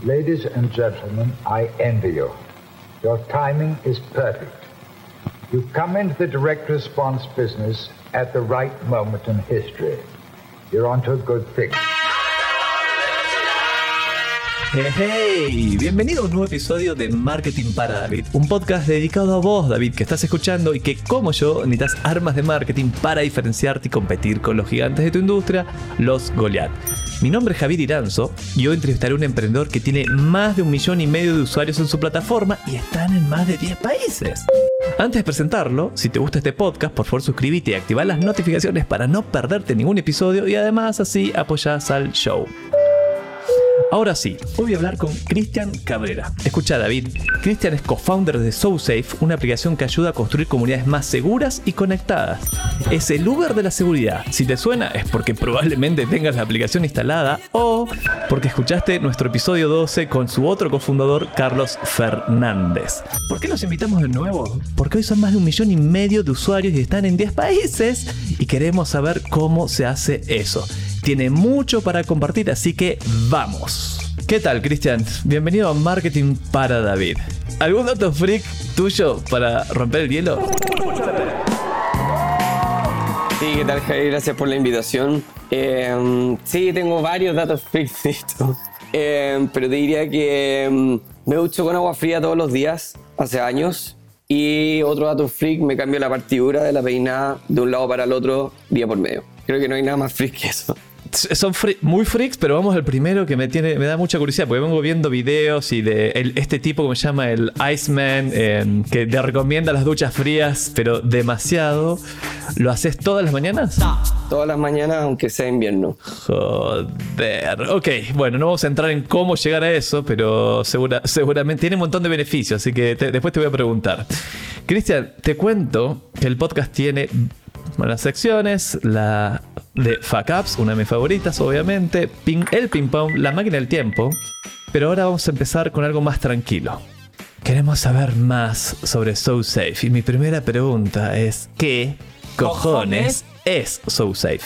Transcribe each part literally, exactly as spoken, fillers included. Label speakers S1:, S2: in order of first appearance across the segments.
S1: Ladies and gentlemen, I envy you. Your timing is perfect. You come into the direct response business at the right moment in history. You're onto a good thing.
S2: Hey, bienvenido a un nuevo episodio de Marketing para David, un podcast dedicado a vos, David, que estás escuchando y que, como yo, necesitas armas de marketing para diferenciarte y competir con los gigantes de tu industria, los Goliath. Mi nombre es Javier Iranzo y hoy entrevistaré a un emprendedor que tiene más de un millón y medio de usuarios en su plataforma y están en más de diez países. Antes de presentarlo, si te gusta este podcast, por favor suscríbete y activa las notificaciones para no perderte ningún episodio y además así apoyás al show. Ahora sí, hoy voy a hablar con Cristian Cabrera. Escucha, David, Cristian es co-founder de SoSafe, una aplicación que ayuda a construir comunidades más seguras y conectadas. Es el Uber de la seguridad. Si te suena es porque probablemente tengas la aplicación instalada o porque escuchaste nuestro episodio doce con su otro cofundador, Carlos Fernández. ¿Por qué los invitamos de nuevo? Porque hoy son más de un millón y medio de usuarios y están en diez países y queremos saber cómo se hace eso. Tiene mucho para compartir, así que ¡vamos! ¿Qué tal, Cristian? Bienvenido a Marketing para David. ¿Algún dato freak tuyo para romper el hielo?
S3: Sí, ¿qué tal, Javier? Gracias por la invitación. Eh, sí, tengo varios datos freaks de esto. Eh, pero te diría que eh, me ducho con agua fría todos los días, hace años. Y otro dato freak, me cambio la partidura de la peinada de un lado para el otro día por medio. Creo que no hay nada más freak que eso.
S2: Son free, muy freaks, pero vamos al primero que me tiene me da mucha curiosidad, porque vengo viendo videos y de el, este tipo que se llama el Iceman, eh, que te recomienda las duchas frías, pero demasiado. ¿Lo haces todas las mañanas?
S3: Todas las mañanas, aunque sea invierno.
S2: Joder. Ok, bueno, no vamos a entrar en cómo llegar a eso, pero segura, seguramente tiene un montón de beneficios, así que te, después te voy a preguntar. Cristian, te cuento que el podcast tiene buenas secciones, la de Fuck Ups, una de mis favoritas, obviamente, ping, el ping pong, la máquina del tiempo. Pero ahora vamos a empezar con algo más tranquilo. Queremos saber más sobre SoSafe y mi primera pregunta es ¿qué cojones es SoSafe?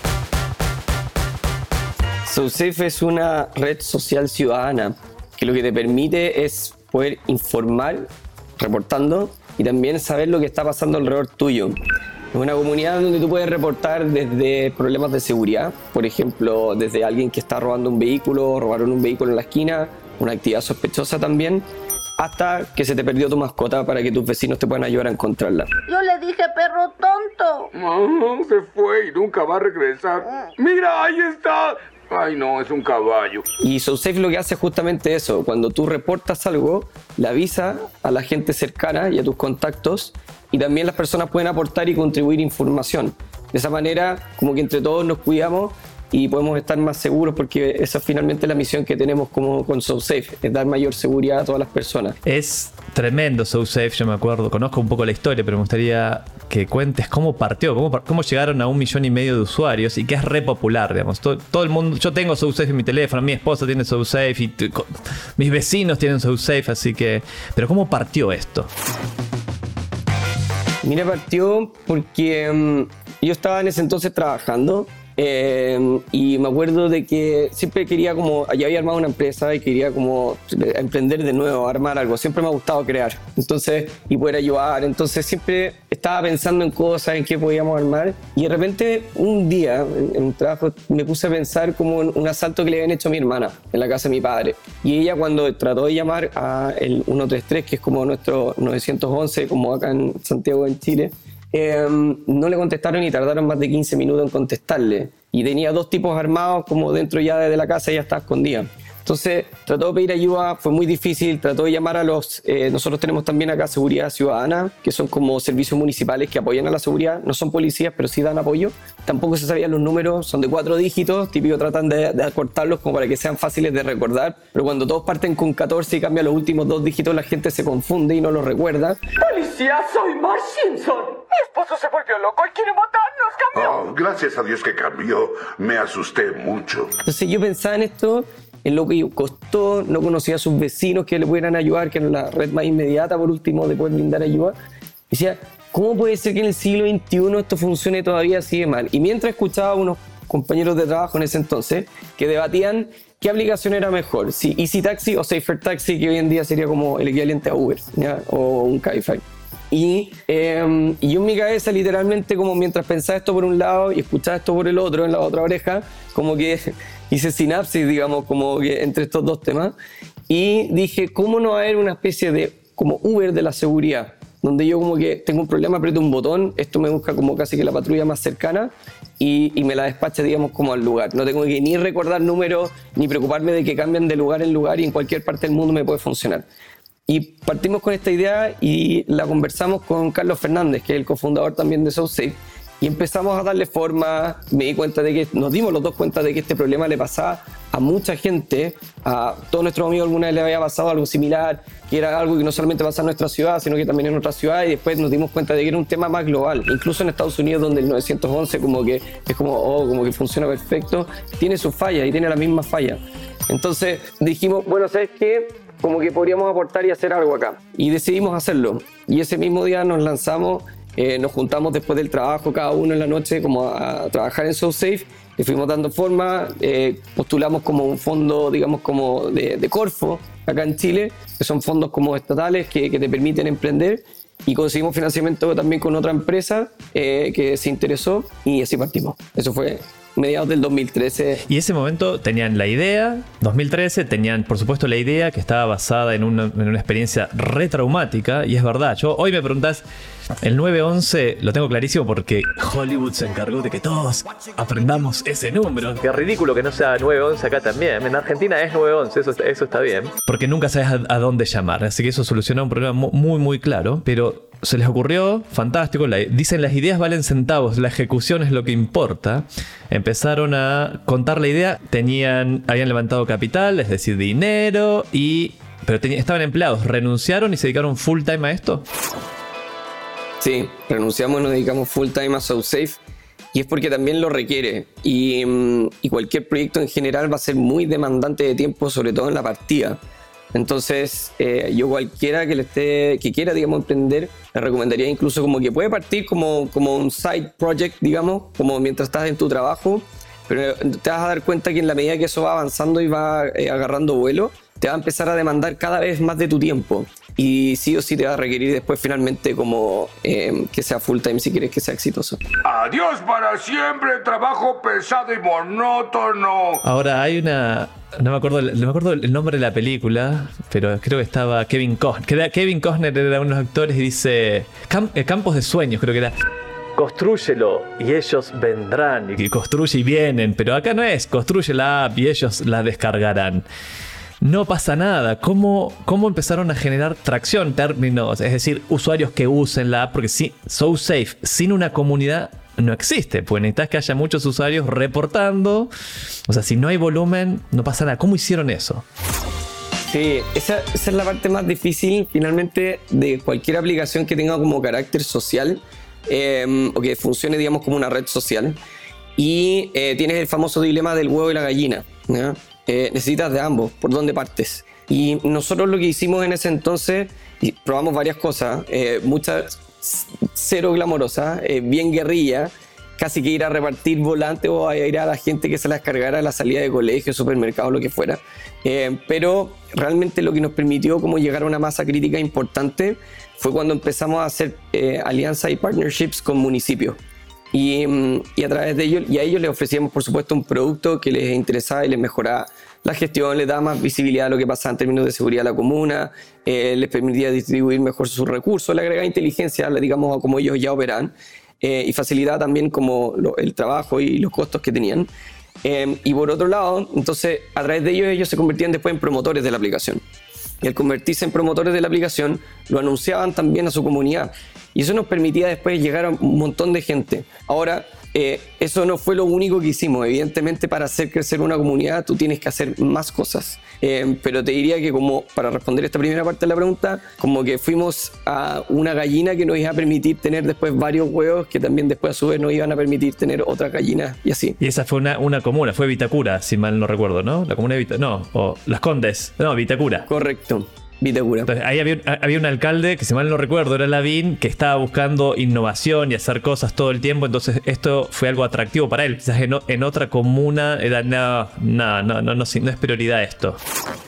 S3: SoSafe es una red social ciudadana que lo que te permite es poder informar, reportando y también saber lo que está pasando alrededor tuyo. Es una comunidad donde tú puedes reportar desde problemas de seguridad, por ejemplo, desde alguien que está robando un vehículo, robaron un vehículo en la esquina, una actividad sospechosa también, hasta que se te perdió tu mascota para que tus vecinos te puedan ayudar a encontrarla.
S4: Yo le dije perro tonto.
S5: No, se fue y nunca va a regresar. ¡Mira, ahí está! Ay, no, es un caballo.
S3: Y SoSafe lo que hace es justamente eso. Cuando tú reportas algo, le avisa a la gente cercana y a tus contactos y también las personas pueden aportar y contribuir información. De esa manera, como que entre todos nos cuidamos y podemos estar más seguros porque esa es finalmente la misión que tenemos como con SoSafe, es dar mayor seguridad a todas las personas.
S2: Es tremendo SoSafe, yo me acuerdo, conozco un poco la historia, pero me gustaría que cuentes cómo partió, cómo, cómo llegaron a un millón y medio de usuarios y que es re popular, digamos. Todo, todo el mundo, yo tengo SoSafe en mi teléfono, mi esposa tiene SoSafe y t- mis vecinos tienen SoSafe, así que... Pero ¿cómo partió esto?
S3: Mira, partió porque um, yo estaba en ese entonces trabajando eh, y me acuerdo de que siempre quería como, ya había armado una empresa y quería como emprender de nuevo, armar algo, siempre me ha gustado crear, entonces, y poder ayudar, entonces siempre estaba pensando en cosas, en qué podíamos armar y de repente un día en, en un trabajo me puse a pensar como en un asalto que le habían hecho a mi hermana en la casa de mi padre y ella cuando trató de llamar a el ciento treinta y tres, que es como nuestro nueve once, como acá en Santiago, en Chile, Eh, no le contestaron y tardaron más de quince minutos en contestarle y tenía dos tipos armados como dentro ya de la casa y ya estaba escondida. Entonces trató de pedir ayuda, fue muy difícil, trató de llamar a los... Eh, nosotros tenemos también acá Seguridad Ciudadana, que son como servicios municipales que apoyan a la seguridad, no son policías, pero sí dan apoyo. Tampoco se sabían los números, son de cuatro dígitos, típico tratan de, de acortarlos como para que sean fáciles de recordar, pero cuando todos parten con catorce y cambian los últimos dos dígitos, la gente se confunde y no los recuerda.
S6: ¡Policía, soy Mark Simpson! Mi esposo se volvió loco y quiere matarnos, cambió.
S7: Oh, gracias a Dios que cambió, me asusté mucho.
S3: Entonces yo pensaba en esto... en lo que costó, no conocía a sus vecinos que le pudieran ayudar, que era la red más inmediata por último de poder brindar ayuda. Y decía, ¿cómo puede ser que en el siglo veintiuno esto funcione todavía así de mal? Y mientras escuchaba a unos compañeros de trabajo en ese entonces que debatían qué aplicación era mejor, si Easy Taxi o Safer Taxi, que hoy en día sería como el equivalente a Uber, ¿ya? O un Cabify. Y, eh, y yo en mi cabeza literalmente, como mientras pensaba esto por un lado y escuchaba esto por el otro, en la otra oreja, como que hice sinapsis, digamos, como que entre estos dos temas, y dije, ¿cómo no va a haber una especie de como Uber de la seguridad? Donde yo como que tengo un problema, aprieto un botón, esto me busca como casi que la patrulla más cercana y, y me la despacha, digamos, como al lugar. No tengo que ni recordar números, ni preocuparme de que cambien de lugar en lugar y en cualquier parte del mundo me puede funcionar. Y partimos con esta idea y la conversamos con Carlos Fernández, que es el cofundador también de SoSafe, y empezamos a darle forma. Me di cuenta de que, nos dimos los dos cuenta de que este problema le pasaba a mucha gente, a todos nuestros amigos alguna vez le había pasado algo similar, que era algo que no solamente pasa en nuestra ciudad, sino que también en otras ciudades, y después nos dimos cuenta de que era un tema más global. Incluso en Estados Unidos, donde el nueve once como que es como, oh, como que funciona perfecto, tiene sus fallas y tiene la misma falla. Entonces dijimos, bueno, ¿sabes qué? Como que podríamos aportar y hacer algo acá. Y decidimos hacerlo. Y ese mismo día nos lanzamos, eh, nos juntamos después del trabajo, cada uno en la noche, como a, a trabajar en SoSafe. Le fuimos dando forma, eh, postulamos como un fondo, digamos, como de, de Corfo, acá en Chile, que son fondos como estatales que, que te permiten emprender. Y conseguimos financiamiento también con otra empresa eh, que se interesó y así partimos. Eso fue mediados del dos mil trece.
S2: Y ese momento tenían la idea, dos mil trece, tenían por supuesto la idea que estaba basada en una, en una experiencia re traumática, y es verdad. Yo hoy me preguntás, el nueve once lo tengo clarísimo porque Hollywood se encargó de que todos aprendamos ese número. Qué ridículo que no sea nueve once acá también. En Argentina es nueve once, eso, eso está bien. Porque nunca sabes a, a dónde llamar, así que eso solucionó un problema muy, muy claro, pero se les ocurrió, fantástico, la, dicen las ideas valen centavos, la ejecución es lo que importa. Empezaron a contar la idea, tenían, habían levantado capital, es decir, dinero, y pero ten, estaban empleados, renunciaron y se dedicaron full time a esto.
S3: Sí, renunciamos y nos dedicamos full time a SoSafe, y es porque también lo requiere, y, y cualquier proyecto en general va a ser muy demandante de tiempo, sobre todo en la partida. Entonces, eh, yo cualquiera que le esté, que quiera, digamos, emprender, le recomendaría incluso como que puede partir como, como un side project, digamos, como mientras estás en tu trabajo, pero te vas a dar cuenta que en la medida que eso va avanzando y va eh, agarrando vuelo, te va a empezar a demandar cada vez más de tu tiempo. Y sí o sí te va a requerir después finalmente como eh, que sea full time si quieres que sea exitoso.
S5: Adiós para siempre, trabajo pesado y monótono.
S2: Ahora hay una... No me acuerdo, no me acuerdo el nombre de la película, pero creo que estaba Kevin Costner. Kevin Costner era uno de los actores y dice... Camp, eh, Campos de Sueños, creo que era... Constrúyelo y ellos vendrán. Y construye y vienen, pero acá no es construye la app y ellos la descargarán. No pasa nada. ¿Cómo, cómo empezaron a generar tracción? Términos, es decir, usuarios que usen la app, porque sí, SoSafe sin una comunidad no existe, pues necesitas que haya muchos usuarios reportando. O sea, si no hay volumen, no pasa nada. ¿Cómo hicieron eso?
S3: Sí, esa, esa es la parte más difícil finalmente de cualquier aplicación que tenga como carácter social eh, o que funcione, digamos, como una red social. Y eh, tienes el famoso dilema del huevo y la gallina, ¿ya? Eh, necesitas de ambos, ¿por dónde partes? Y nosotros lo que hicimos en ese entonces, y probamos varias cosas, eh, muchas cero glamorosas, eh, bien guerrilla, casi que ir a repartir volantes o a ir a la gente que se las cargara a la salida de colegio, supermercado, lo que fuera. Eh, pero realmente lo que nos permitió como llegar a una masa crítica importante fue cuando empezamos a hacer eh, alianzas y partnerships con municipios. Y, y a través de ellos, y a ellos les ofrecíamos por supuesto un producto que les interesaba y les mejoraba la gestión, les daba más visibilidad a lo que pasaba en términos de seguridad a la comuna, eh, les permitía distribuir mejor sus recursos, le agregaba inteligencia, digamos, a como ellos ya operan, eh, y facilitaba también como lo, el trabajo y los costos que tenían. Eh, y por otro lado, entonces a través de ellos ellos se convertían después en promotores de la aplicación. Y al convertirse en promotores de la aplicación, lo anunciaban también a su comunidad. Y eso nos permitía después llegar a un montón de gente. Ahora, eh, eso no fue lo único que hicimos. Evidentemente, para hacer crecer una comunidad, tú tienes que hacer más cosas. Eh, pero te diría que, como para responder esta primera parte de la pregunta, como que fuimos a una gallina que nos iba a permitir tener después varios huevos, que también después a su vez nos iban a permitir tener otras gallinas, y así.
S2: Y esa fue una, una comuna, fue Vitacura, si mal no recuerdo, ¿no? La comuna de Vitacura, no, o Las Condes, no, Vitacura.
S3: Correcto. Vitacura.
S2: Entonces, ahí había, había un alcalde que, si mal no recuerdo, era Lavín, que estaba buscando innovación y hacer cosas todo el tiempo. Entonces esto fue algo atractivo para él. Quizás en, en otra comuna era no, no, no, no, no, no es prioridad esto.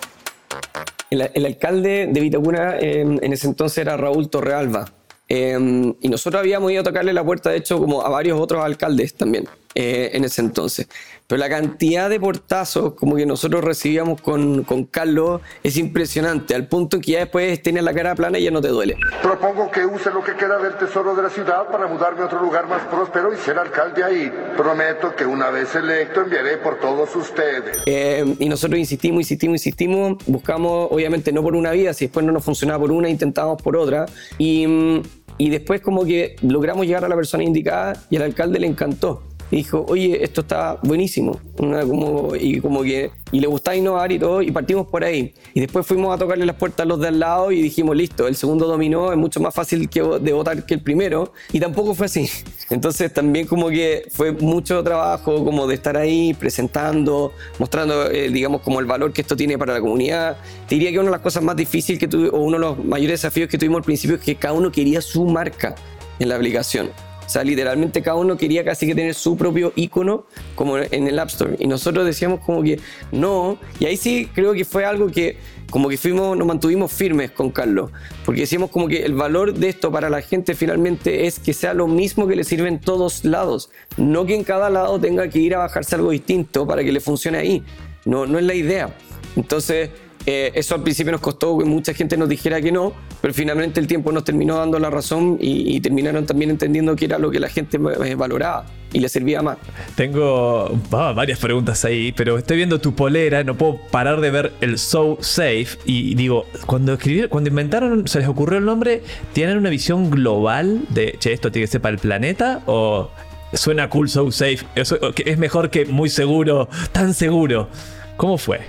S3: El, el alcalde de Vitacura eh, en ese entonces era Raúl Torrealba. Eh, y nosotros habíamos ido a tocarle la puerta, de hecho, como a varios otros alcaldes también eh, en ese entonces. Pero la cantidad de portazos como que nosotros recibíamos con, con Carlos es impresionante, al punto en que ya después tienes la cara plana y ya no te duele.
S7: Propongo que use lo que queda del tesoro de la ciudad para mudarme a otro lugar más próspero y ser alcalde ahí. Prometo que una vez electo enviaré por todos ustedes.
S3: Eh, y nosotros insistimos, insistimos, insistimos. Buscamos, obviamente, no por una vida. Si después no nos funcionaba por una, intentamos por otra. Y, y después como que logramos llegar a la persona indicada y al alcalde le encantó. Y dijo, oye, esto está buenísimo. Una, como, y, como que, y le gustaba innovar y todo, y partimos por ahí. Y después fuimos a tocarle las puertas a los de al lado y dijimos, listo, el segundo dominó, es mucho más fácil que, de votar que el primero. Y tampoco fue así. Entonces también como que fue mucho trabajo como de estar ahí presentando, mostrando, eh, digamos, como el valor que esto tiene para la comunidad. Te diría que una de las cosas más difíciles que tuve, o uno de los mayores desafíos que tuvimos al principio, es que cada uno quería su marca en la aplicación. O sea, literalmente cada uno quería casi que tener su propio icono como en el App Store. Y nosotros decíamos como que no. Y ahí sí creo que fue algo que como que fuimos, nos mantuvimos firmes con Carlos. Porque decíamos como que el valor de esto para la gente finalmente es que sea lo mismo que le sirve en todos lados. No que en cada lado tenga que ir a bajarse algo distinto para que le funcione ahí. No, no es la idea. Entonces... Eh, eso al principio nos costó que mucha gente nos dijera que no, pero finalmente el tiempo nos terminó dando la razón y, y terminaron también entendiendo que era lo que la gente valoraba y le servía más.
S2: Tengo oh, varias preguntas ahí, pero estoy viendo tu polera, no puedo parar de ver el So Safe y digo, cuando escribieron, cuando inventaron, se les ocurrió el nombre, ¿tienen una visión global de, che, esto tiene que ser para el planeta o suena cool So Safe? Eso, es mejor que muy seguro, tan seguro. ¿Cómo fue?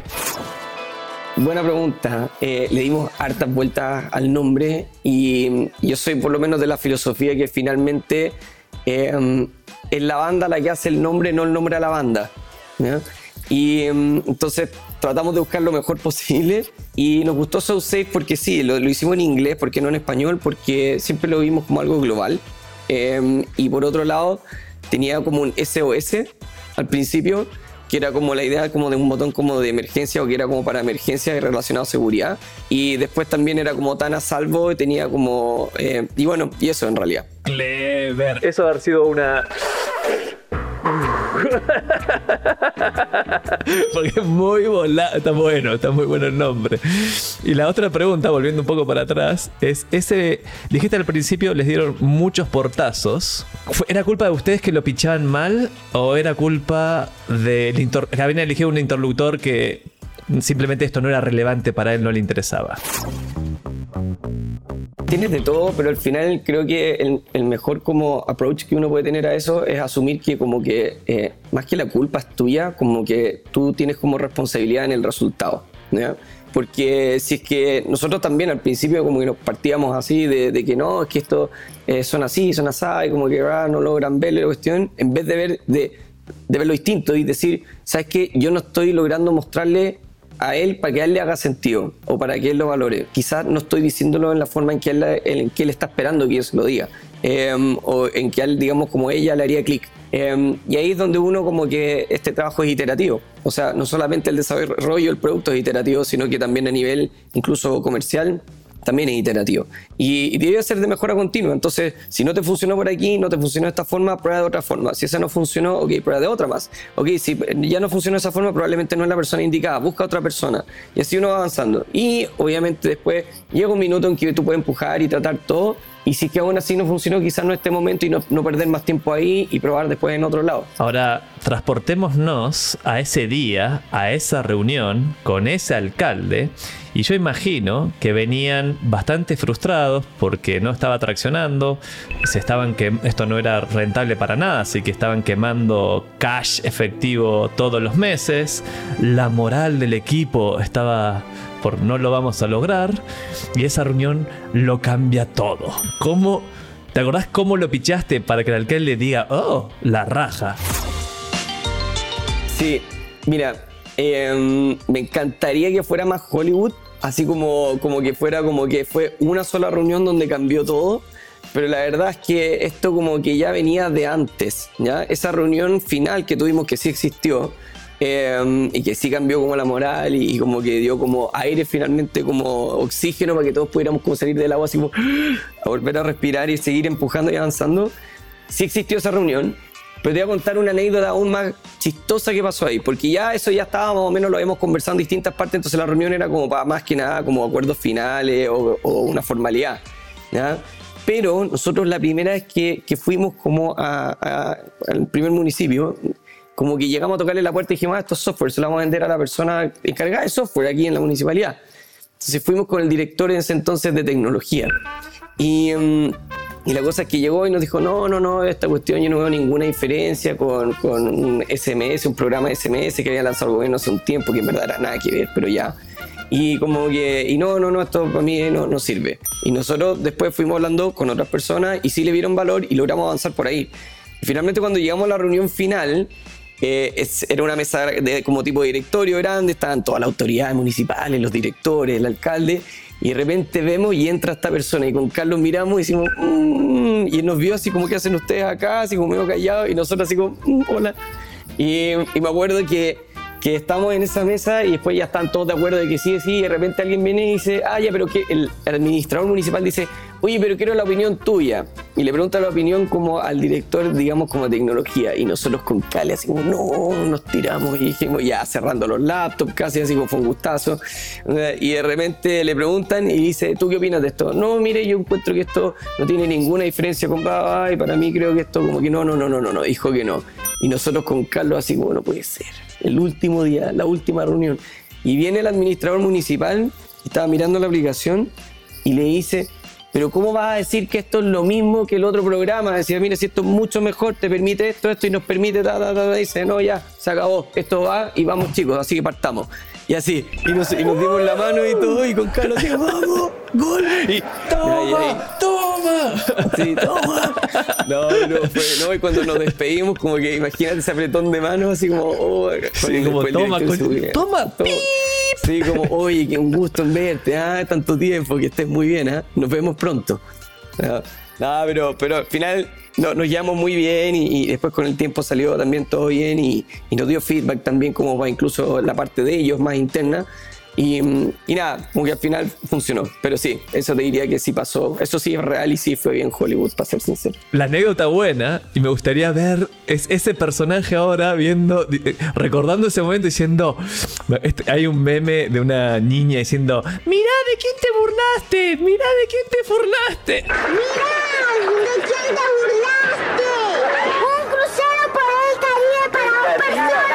S3: Buena pregunta. Eh, le dimos hartas vueltas al nombre y yo soy por lo menos de la filosofía que finalmente eh, es la banda la que hace el nombre, no el nombre a la banda, ¿ya? Y eh, entonces tratamos de buscar lo mejor posible y nos gustó So Safe porque sí, lo, lo hicimos en inglés, porque no en español, porque siempre lo vimos como algo global. Eh, y por otro lado tenía como un S O S al principio, que era como la idea como de un botón como de emergencia o que era como para emergencias y relacionado a seguridad. Y después también era como tan a salvo y tenía como... Eh, y bueno, y eso en realidad.
S2: Clever. Eso ha sido una... Porque es muy volado, está bueno, está muy bueno el nombre. Y la otra pregunta, volviendo un poco para atrás, es ese, dijiste al principio les dieron muchos portazos. ¿Era culpa de ustedes que lo pichaban mal o era culpa de que habían elegido un interlocutor que simplemente esto no era relevante para él, no le interesaba?
S3: Tienes de todo, pero al final creo que el, el mejor como approach que uno puede tener a eso es asumir que como que eh, más que la culpa es tuya, como que tú tienes como responsabilidad en el resultado, ¿ya? Porque si es que nosotros también al principio como que nos partíamos así de, de que no, es que esto eh, son así, son así, y como que ah, no logran ver la cuestión, en vez de ver de, de ver lo distinto y decir, ¿sabes qué? Yo no estoy logrando mostrarle a él para que a él le haga sentido o para que él lo valore. Quizás no estoy diciéndolo en la forma en que él, en que él está esperando que yo se lo diga, eh, o en que él, digamos, como ella le haría clic. Eh, y ahí es donde uno como que este trabajo es iterativo. O sea, no solamente el desarrollo del producto es iterativo, sino que también a nivel incluso comercial también es iterativo. Y, y debe ser de mejora continua. Entonces, si no te funcionó por aquí, no te funcionó de esta forma, prueba de otra forma. Si esa no funcionó, ok, prueba de otra más. Ok, si ya no funcionó de esa forma, probablemente no es la persona indicada. Busca otra persona. Y así uno va avanzando. Y obviamente después llega un minuto en que tú puedes empujar y tratar todo. Y si es que aún así no funcionó, quizás no este momento y no, no perder más tiempo ahí y probar después en otro lado.
S2: Ahora, transportémonos a ese día, a esa reunión con ese alcalde. Y yo imagino que venían bastante frustrados porque no estaba traccionando, se estaban que esto no era rentable para nada, así que estaban quemando cash efectivo todos los meses. La moral del equipo estaba por no lo vamos a lograr y esa reunión lo cambia todo. ¿Cómo? ¿Te acordás cómo lo pichaste para que el alcalde diga, oh, la raja?
S3: Sí, mira, Eh, me encantaría que fuera más Hollywood, así como, como que fuera como que fue una sola reunión donde cambió todo. Pero la verdad es que esto como que ya venía de antes, ¿ya? Esa reunión final que tuvimos que sí existió eh, y que sí cambió como la moral y, y como que dio como aire finalmente, como oxígeno para que todos pudiéramos como salir del agua así como a volver a respirar y seguir empujando y avanzando. Sí existió esa reunión, pero te voy a contar una anécdota aún más chistosa que pasó ahí, porque ya eso ya estaba más o menos, lo habíamos conversado en distintas partes, entonces la reunión era como para más que nada como acuerdos finales o, o una formalidad, ¿ya? Pero nosotros la primera vez que, que fuimos como a, a, al primer municipio, como que llegamos a tocarle la puerta y dijimos, ah, esto es software, se lo vamos a vender a la persona encargada de software aquí en la municipalidad. Entonces fuimos con el director en ese entonces de tecnología. Y, um, y la cosa es que llegó y nos dijo, no, no, no, esta cuestión yo no veo ninguna diferencia con, con un S M S, un programa de S M S que había lanzado el gobierno hace un tiempo, que en verdad era nada que ver, pero ya... Y como que, y no, no, no, esto para mí no, no sirve. Y nosotros después fuimos hablando con otras personas y sí le vieron valor y logramos avanzar por ahí. Y finalmente cuando llegamos a la reunión final, eh, es, era una mesa de, como tipo directorio grande, estaban todas las autoridades municipales, los directores, el alcalde, y de repente vemos y entra esta persona y con Carlos miramos y decimos, mmm, y él nos vio así como, ¿qué hacen ustedes acá? Así como medio callados y nosotros así como, mmm, hola. Y, y me acuerdo que que estamos en esa mesa y después ya están todos de acuerdo de que sí, sí, y de repente alguien viene y dice, ah, ya, pero que el, el administrador municipal dice, oye, pero quiero la opinión tuya. Y le pregunta la opinión como al director, digamos, como tecnología. Y nosotros con Cali así como, no, nos tiramos y dijimos, ya, cerrando los laptops, casi así como fue un gustazo. Y de repente le preguntan y dice, ¿tú qué opinas de esto? No, mire, yo encuentro que esto no tiene ninguna diferencia con Baba y para mí creo que esto como que no, no, no, no, no, no, dijo que no. Y nosotros con Carlos así como, no puede ser. El último día, la última reunión. Y viene el administrador municipal, estaba mirando la aplicación y le dice, pero ¿cómo vas a decir que esto es lo mismo que el otro programa? Decía, mira, si esto es mucho mejor, te permite esto, esto y nos permite, ta, ta, ta, ta. Dice, no, ya, se acabó, esto va y vamos chicos, así que partamos. Y así, y nos, y nos dimos la mano y todo, y con Carlos así, vamos, gol, y toma, y ahí, toma, sí, toma. No, no, fue, no, y cuando nos despedimos, como que imagínate ese apretón de manos, así como, oh,
S2: sí, como toma, con, toma, toma, toma.
S3: Sí, como, oye, qué un gusto en verte, ah, tanto tiempo, que estés muy bien, ah, nos vemos pronto. No, no pero, pero al final no, nos llevamos muy bien y, y después con el tiempo salió también todo bien y, y nos dio feedback también como va incluso la parte de ellos más interna. Y, y nada, como que al final funcionó. Pero sí, eso te diría que sí pasó. Eso sí es real y sí fue bien Hollywood, para ser sincero.
S2: La anécdota buena, y me gustaría ver es ese personaje ahora viendo, recordando ese momento diciendo, este, hay un meme de una niña diciendo, mirá de quién te burlaste, mirá de quién te burlaste.
S4: Mirá, ¿de quién te burlaste? Un crucero por el Caribe para un persona.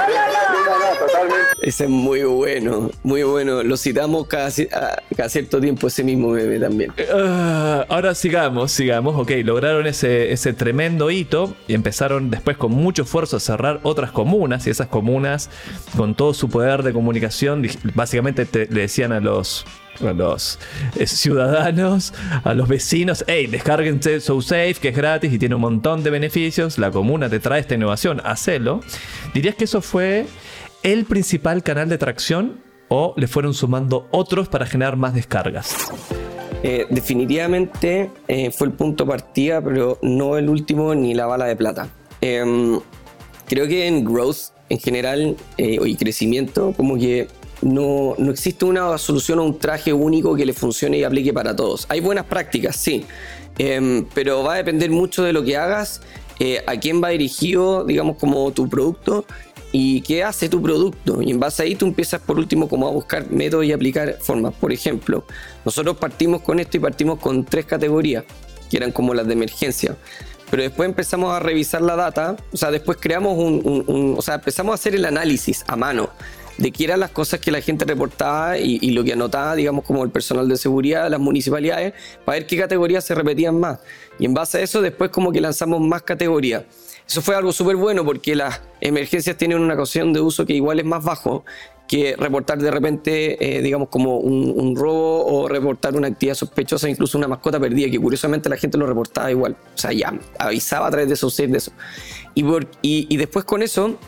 S3: Ese es muy bueno, muy bueno. Lo citamos cada, cada cierto tiempo ese mismo meme también.
S2: Uh, ahora sigamos, sigamos. Ok, lograron ese, ese tremendo hito y empezaron después con mucho esfuerzo a cerrar otras comunas. Y esas comunas, con todo su poder de comunicación, básicamente te, le decían a los... a los eh, ciudadanos, a los vecinos, hey, descárguense SoSafe, que es gratis y tiene un montón de beneficios, la comuna te trae esta innovación, hacelo. ¿Dirías que eso fue el principal canal de tracción o le fueron sumando otros para generar más descargas?
S3: Eh, definitivamente eh, fue el punto de partida, pero no el último ni la bala de plata. Eh, creo que en growth en general eh, y crecimiento, como que No, no existe una solución o un traje único que le funcione y aplique para todos. Hay buenas prácticas, sí, eh, pero va a depender mucho de lo que hagas, eh, a quién va dirigido, digamos, como tu producto y qué hace tu producto. Y en base a ahí tú empiezas por último como a buscar métodos y aplicar formas. Por ejemplo, nosotros partimos con esto y partimos con tres categorías, que eran como las de emergencia. Pero después empezamos a revisar la data, o sea, después creamos un, un, un o sea, empezamos a hacer el análisis a mano de qué eran las cosas que la gente reportaba y, y lo que anotaba, digamos, como el personal de seguridad de las municipalidades, para ver qué categorías se repetían más. Y en base a eso, después como que lanzamos más categorías. Eso fue algo súper bueno porque las emergencias tienen una ocasión de uso que igual es más bajo que reportar de repente, eh, digamos, como un, un robo o reportar una actividad sospechosa, incluso una mascota perdida, que curiosamente la gente lo reportaba igual. O sea, ya avisaba a través de esos seis de eso. Y, por, y, y después con eso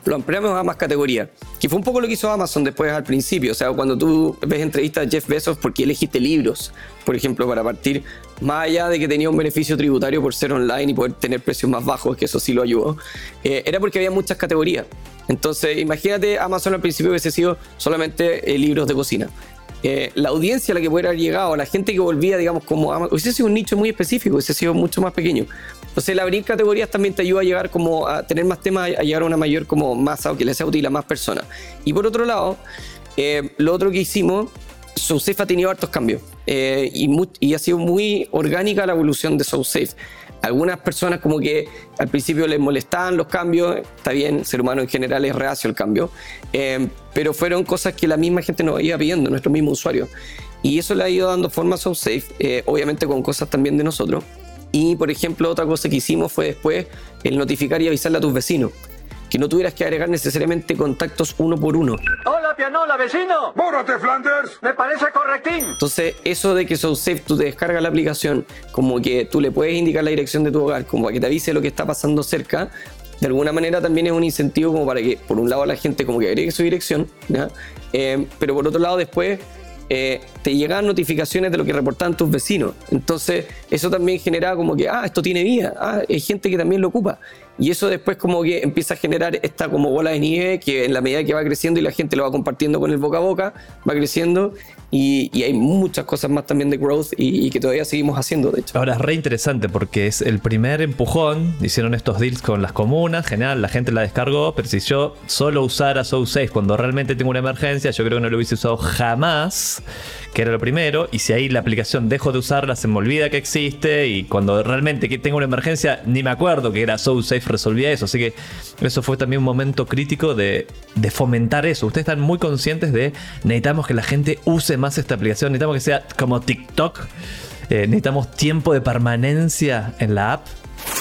S3: lo ampliamos a más categorías. Que fue un poco lo que hizo Amazon después al principio. O sea, cuando tú ves entrevistas a Jeff Bezos, ¿por qué elegiste libros? Por ejemplo, para partir, más allá de que tenía un beneficio tributario por ser online y poder tener precios más bajos, que eso sí lo ayudó, eh, era porque había muchas categorías. Entonces, imagínate, Amazon al principio hubiese sido solamente eh, libros de cocina. Eh, la audiencia a la que pudiera haber llegado, la gente que volvía, digamos, como Amazon, hubiese sido un nicho muy específico, hubiese sido mucho más pequeño. Entonces, el abrir categorías también te ayuda a llegar como a tener más temas, a llegar a una mayor como masa o que le sea útil a más personas. Y por otro lado, eh, lo otro que hicimos, SoSafe ha tenido hartos cambios eh, y, muy, y ha sido muy orgánica la evolución de SoSafe. Algunas personas como que al principio les molestaban los cambios, está bien, el ser humano en general es reacio al cambio, eh, pero fueron cosas que la misma gente nos iba pidiendo, nuestros mismos usuarios. Y eso le ha ido dando forma a SoSafe, eh, obviamente con cosas también de nosotros. Y por ejemplo, otra cosa que hicimos fue después el notificar y avisarle a tus vecinos. Que no tuvieras que agregar necesariamente contactos uno por uno.
S6: Hola, pianola, vecino.
S7: ¡Bórrate, Flanders!
S6: Me parece correctín.
S3: Entonces, eso de que SoSafe tú te descargas la aplicación, como que tú le puedes indicar la dirección de tu hogar, como que te avise lo que está pasando cerca, de alguna manera también es un incentivo como para que, por un lado, la gente como que agregue su dirección, ¿ya? Eh, pero por otro lado, después eh, te llegan notificaciones de lo que reportaban tus vecinos. Entonces, eso también genera como que, ah, esto tiene vida, ah, hay gente que también lo ocupa. Y eso después como que empieza a generar esta como bola de nieve que en la medida que va creciendo y la gente lo va compartiendo con el boca a boca, va creciendo y, y hay muchas cosas más también de growth y, y que todavía seguimos haciendo, de hecho.
S2: Ahora es re interesante porque es el primer empujón, hicieron estos deals con las comunas, genial, la gente la descargó, pero si yo solo usara SoSafe cuando realmente tengo una emergencia, yo creo que no lo hubiese usado jamás, que era lo primero, y si ahí la aplicación dejo de usarla, se me olvida que existe, y cuando realmente tengo una emergencia, ni me acuerdo que era SoSafe resolvía eso, así que eso fue también un momento crítico de, de fomentar eso. Ustedes están muy conscientes de necesitamos que la gente use más esta aplicación, necesitamos que sea como TikTok, eh, necesitamos tiempo de permanencia en la app.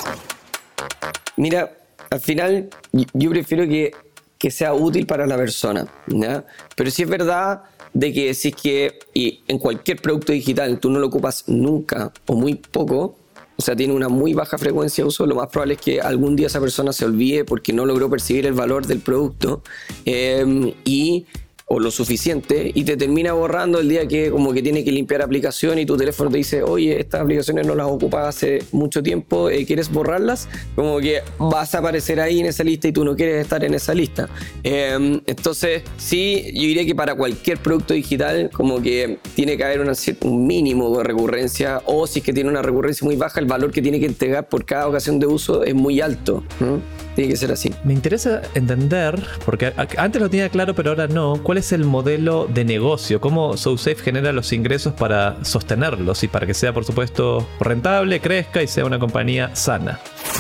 S3: Mira, al final yo prefiero que, que sea útil para la persona, ¿ya? Pero sí es verdad de que si es que y en cualquier producto digital tú no lo ocupas nunca o muy poco, o sea, tiene una muy baja frecuencia de uso, lo más probable es que algún día esa persona se olvide porque no logró percibir el valor del producto eh, y o lo suficiente y te termina borrando el día que como que tiene que limpiar aplicación y tu teléfono te dice, oye, estas aplicaciones no las ocupas hace mucho tiempo, eh, ¿quieres borrarlas? Como que vas a aparecer ahí en esa lista y tú no quieres estar en esa lista. Eh, entonces, sí, yo diría que para cualquier producto digital como que tiene que haber una, un mínimo de recurrencia, o si es que tiene una recurrencia muy baja, el valor que tiene que entregar por cada ocasión de uso es muy alto, ¿no? Tiene que ser así.
S2: Me interesa entender, porque antes lo tenía claro, pero ahora no, ¿cuál es el modelo de negocio? ¿Cómo SoSafe genera los ingresos para sostenerlos y para que sea, por supuesto, rentable, crezca y sea una compañía sana?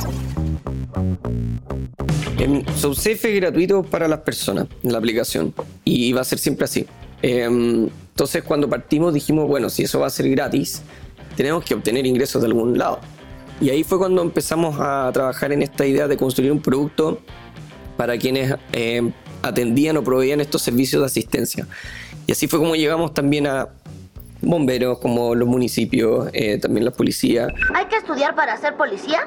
S3: Eh, SoSafe es gratuito para las personas en la aplicación y va a ser siempre así. Eh, entonces, cuando partimos dijimos, bueno, si eso va a ser gratis, tenemos que obtener ingresos de algún lado. Y ahí fue cuando empezamos a trabajar en esta idea de construir un producto para quienes eh, atendían o proveían estos servicios de asistencia. Y así fue como llegamos también a bomberos, como los municipios, eh, también la policía.
S4: ¿Hay que estudiar para ser policía?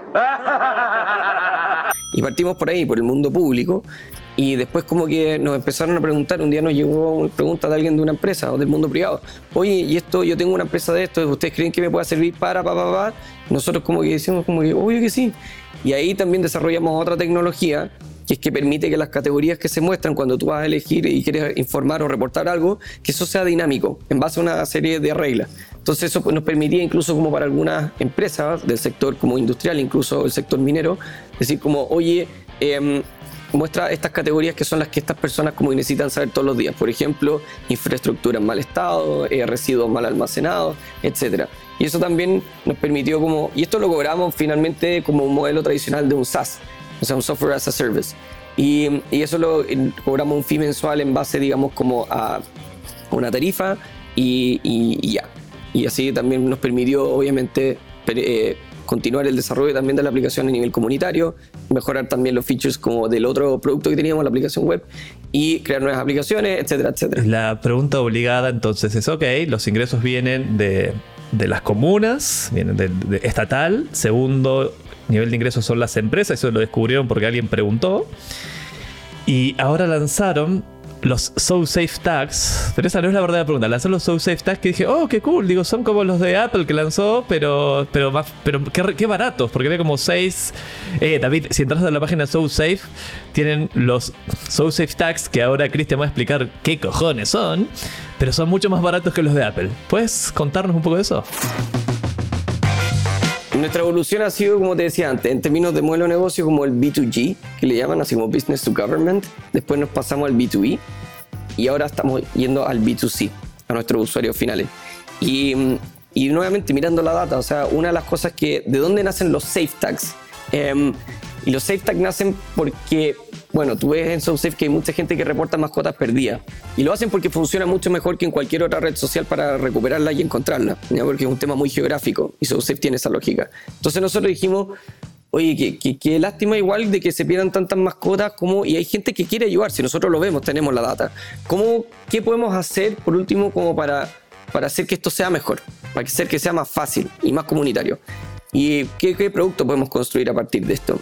S3: Y partimos por ahí, por el mundo público. Y después como que nos empezaron a preguntar, un día nos llegó una pregunta de alguien de una empresa o del mundo privado. Oye, y esto, yo tengo una empresa de esto, ¿ustedes creen que me pueda servir para, para, para, para? Nosotros como que decimos como que, obvio que sí. Y ahí también desarrollamos otra tecnología, que es que permite que las categorías que se muestran cuando tú vas a elegir y quieres informar o reportar algo, que eso sea dinámico, en base a una serie de reglas. Entonces eso nos permitía incluso como para algunas empresas del sector como industrial, incluso el sector minero, decir como, oye, eh, muestra estas categorías que son las que estas personas como necesitan saber todos los días. Por ejemplo, infraestructura en mal estado, eh, residuos mal almacenados, etcétera. Y eso también nos permitió como, y esto lo cobramos finalmente como un modelo tradicional de un SaaS, o sea, un Software as a Service. Y, y eso lo cobramos un fee mensual en base, digamos, como a una tarifa y, y, y ya. Y así también nos permitió, obviamente, eh, continuar el desarrollo también de la aplicación a nivel comunitario, mejorar también los features como del otro producto que teníamos, la aplicación web, y crear nuevas aplicaciones, etcétera, etcétera.
S2: La pregunta obligada entonces es, ok, los ingresos vienen de, de las comunas, vienen de, de estatal. Segundo nivel de ingresos son las empresas, eso lo descubrieron porque alguien preguntó. Y ahora lanzaron los SoSafe Tags, pero esa no es la verdadera pregunta. Lanzaron los SoSafe Tags que dije, oh, qué cool. Digo, son como los de Apple que lanzó, pero pero más, pero qué, qué baratos, porque había como seis. Eh, David, si entras a la página SoSafe, tienen los SoSafe Tags que ahora Cristian va a explicar qué cojones son, pero son mucho más baratos que los de Apple. ¿Puedes contarnos un poco de eso?
S3: Nuestra evolución ha sido, como te decía antes, en términos de modelo de negocio como el B dos G, que le llaman así como Business to Government. Después nos pasamos al B dos B y ahora estamos yendo al B dos C, a nuestros usuarios finales. Y, y nuevamente mirando la data, o sea, una de las cosas que, ¿de dónde nacen los Safe Tags? Eh, y los Safe Tags nacen porque, bueno, tú ves en SoSafe que hay mucha gente que reporta mascotas perdidas. Y lo hacen porque funciona mucho mejor que en cualquier otra red social para recuperarla y encontrarla, ¿ya? Porque es un tema muy geográfico y SoSafe tiene esa lógica. Entonces nosotros dijimos, oye, qué, qué, qué lástima igual de que se pierdan tantas mascotas como, y hay gente que quiere ayudar, si nosotros lo vemos, tenemos la data. ¿Cómo, ¿Qué podemos hacer, por último, como para, para hacer que esto sea mejor? Para hacer que sea más fácil y más comunitario. ¿Y qué, qué producto podemos construir a partir de esto?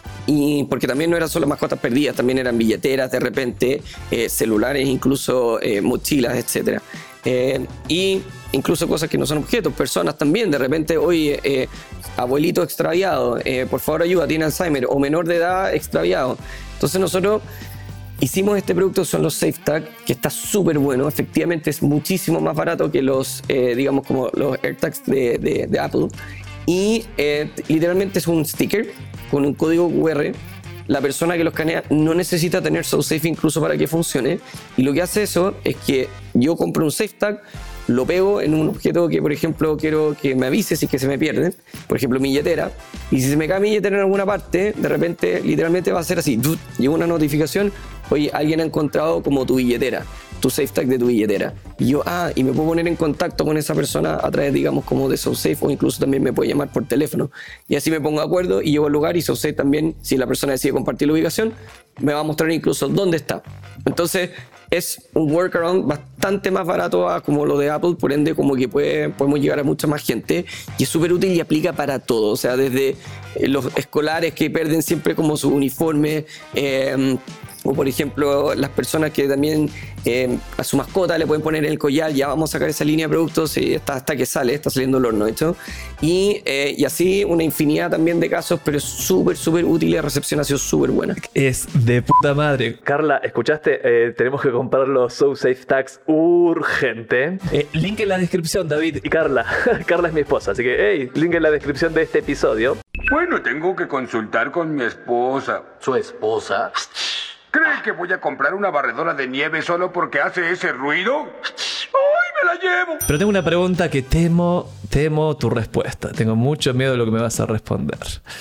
S3: Y porque también no eran solo mascotas perdidas, también eran billeteras de repente, eh, celulares, incluso eh, mochilas, etcétera. Eh, y incluso cosas que no son objetos, personas también, de repente, oye, eh, abuelito extraviado, eh, por favor ayuda, tiene Alzheimer, o menor de edad extraviado. Entonces nosotros hicimos este producto, son los Safe Tag, que está súper bueno, efectivamente es muchísimo más barato que los, eh, digamos, como los AirTags de, de, de Apple. Y eh, literalmente es un sticker con un código cu erre. La persona que lo escanea no necesita tener SoSafe incluso para que funcione. Y lo que hace eso es que yo compro un Safe Tag, lo pego en un objeto que, por ejemplo, quiero que me avise si es que se me pierde. Por ejemplo, mi billetera. Y si se me cae mi billetera en alguna parte, de repente, literalmente va a ser así. Llega una notificación, oye, alguien ha encontrado como tu billetera, tu Safe Tag de tu billetera. Y yo, ah, y me puedo poner en contacto con esa persona a través, digamos, como de SoSafe, o incluso también me puede llamar por teléfono. Y así me pongo de acuerdo y llego al lugar y SoSafe también, si la persona decide compartir la ubicación, me va a mostrar incluso dónde está. Entonces, es un workaround bastante más barato a como lo de Apple, por ende como que puede, podemos llegar a mucha más gente y es súper útil y aplica para todo, o sea, desde los escolares que pierden siempre como su uniforme, eh, o por ejemplo las personas que también eh, a su mascota le pueden poner el collar, ya vamos a sacar esa línea de productos y está hasta que sale, está saliendo el horno, ¿hecho? Y, eh, y así una infinidad también de casos, pero es súper, súper útil y la recepción ha sido súper buena.
S2: Es de puta madre. Carla, ¿escuchaste? Eh, tenemos que comprar los SoSafe Tags urgente. Eh, link en la descripción, David y Carla. Carla es mi esposa, así que, hey, link en la descripción de este episodio.
S5: Bueno, tengo que consultar con mi esposa.
S8: ¿Su esposa?
S5: ¿Cree que voy a comprar una barredora de nieve solo porque hace ese ruido? ¡Ay, me la llevo!
S2: Pero tengo una pregunta que temo, temo tu respuesta. Tengo mucho miedo de lo que me vas a responder.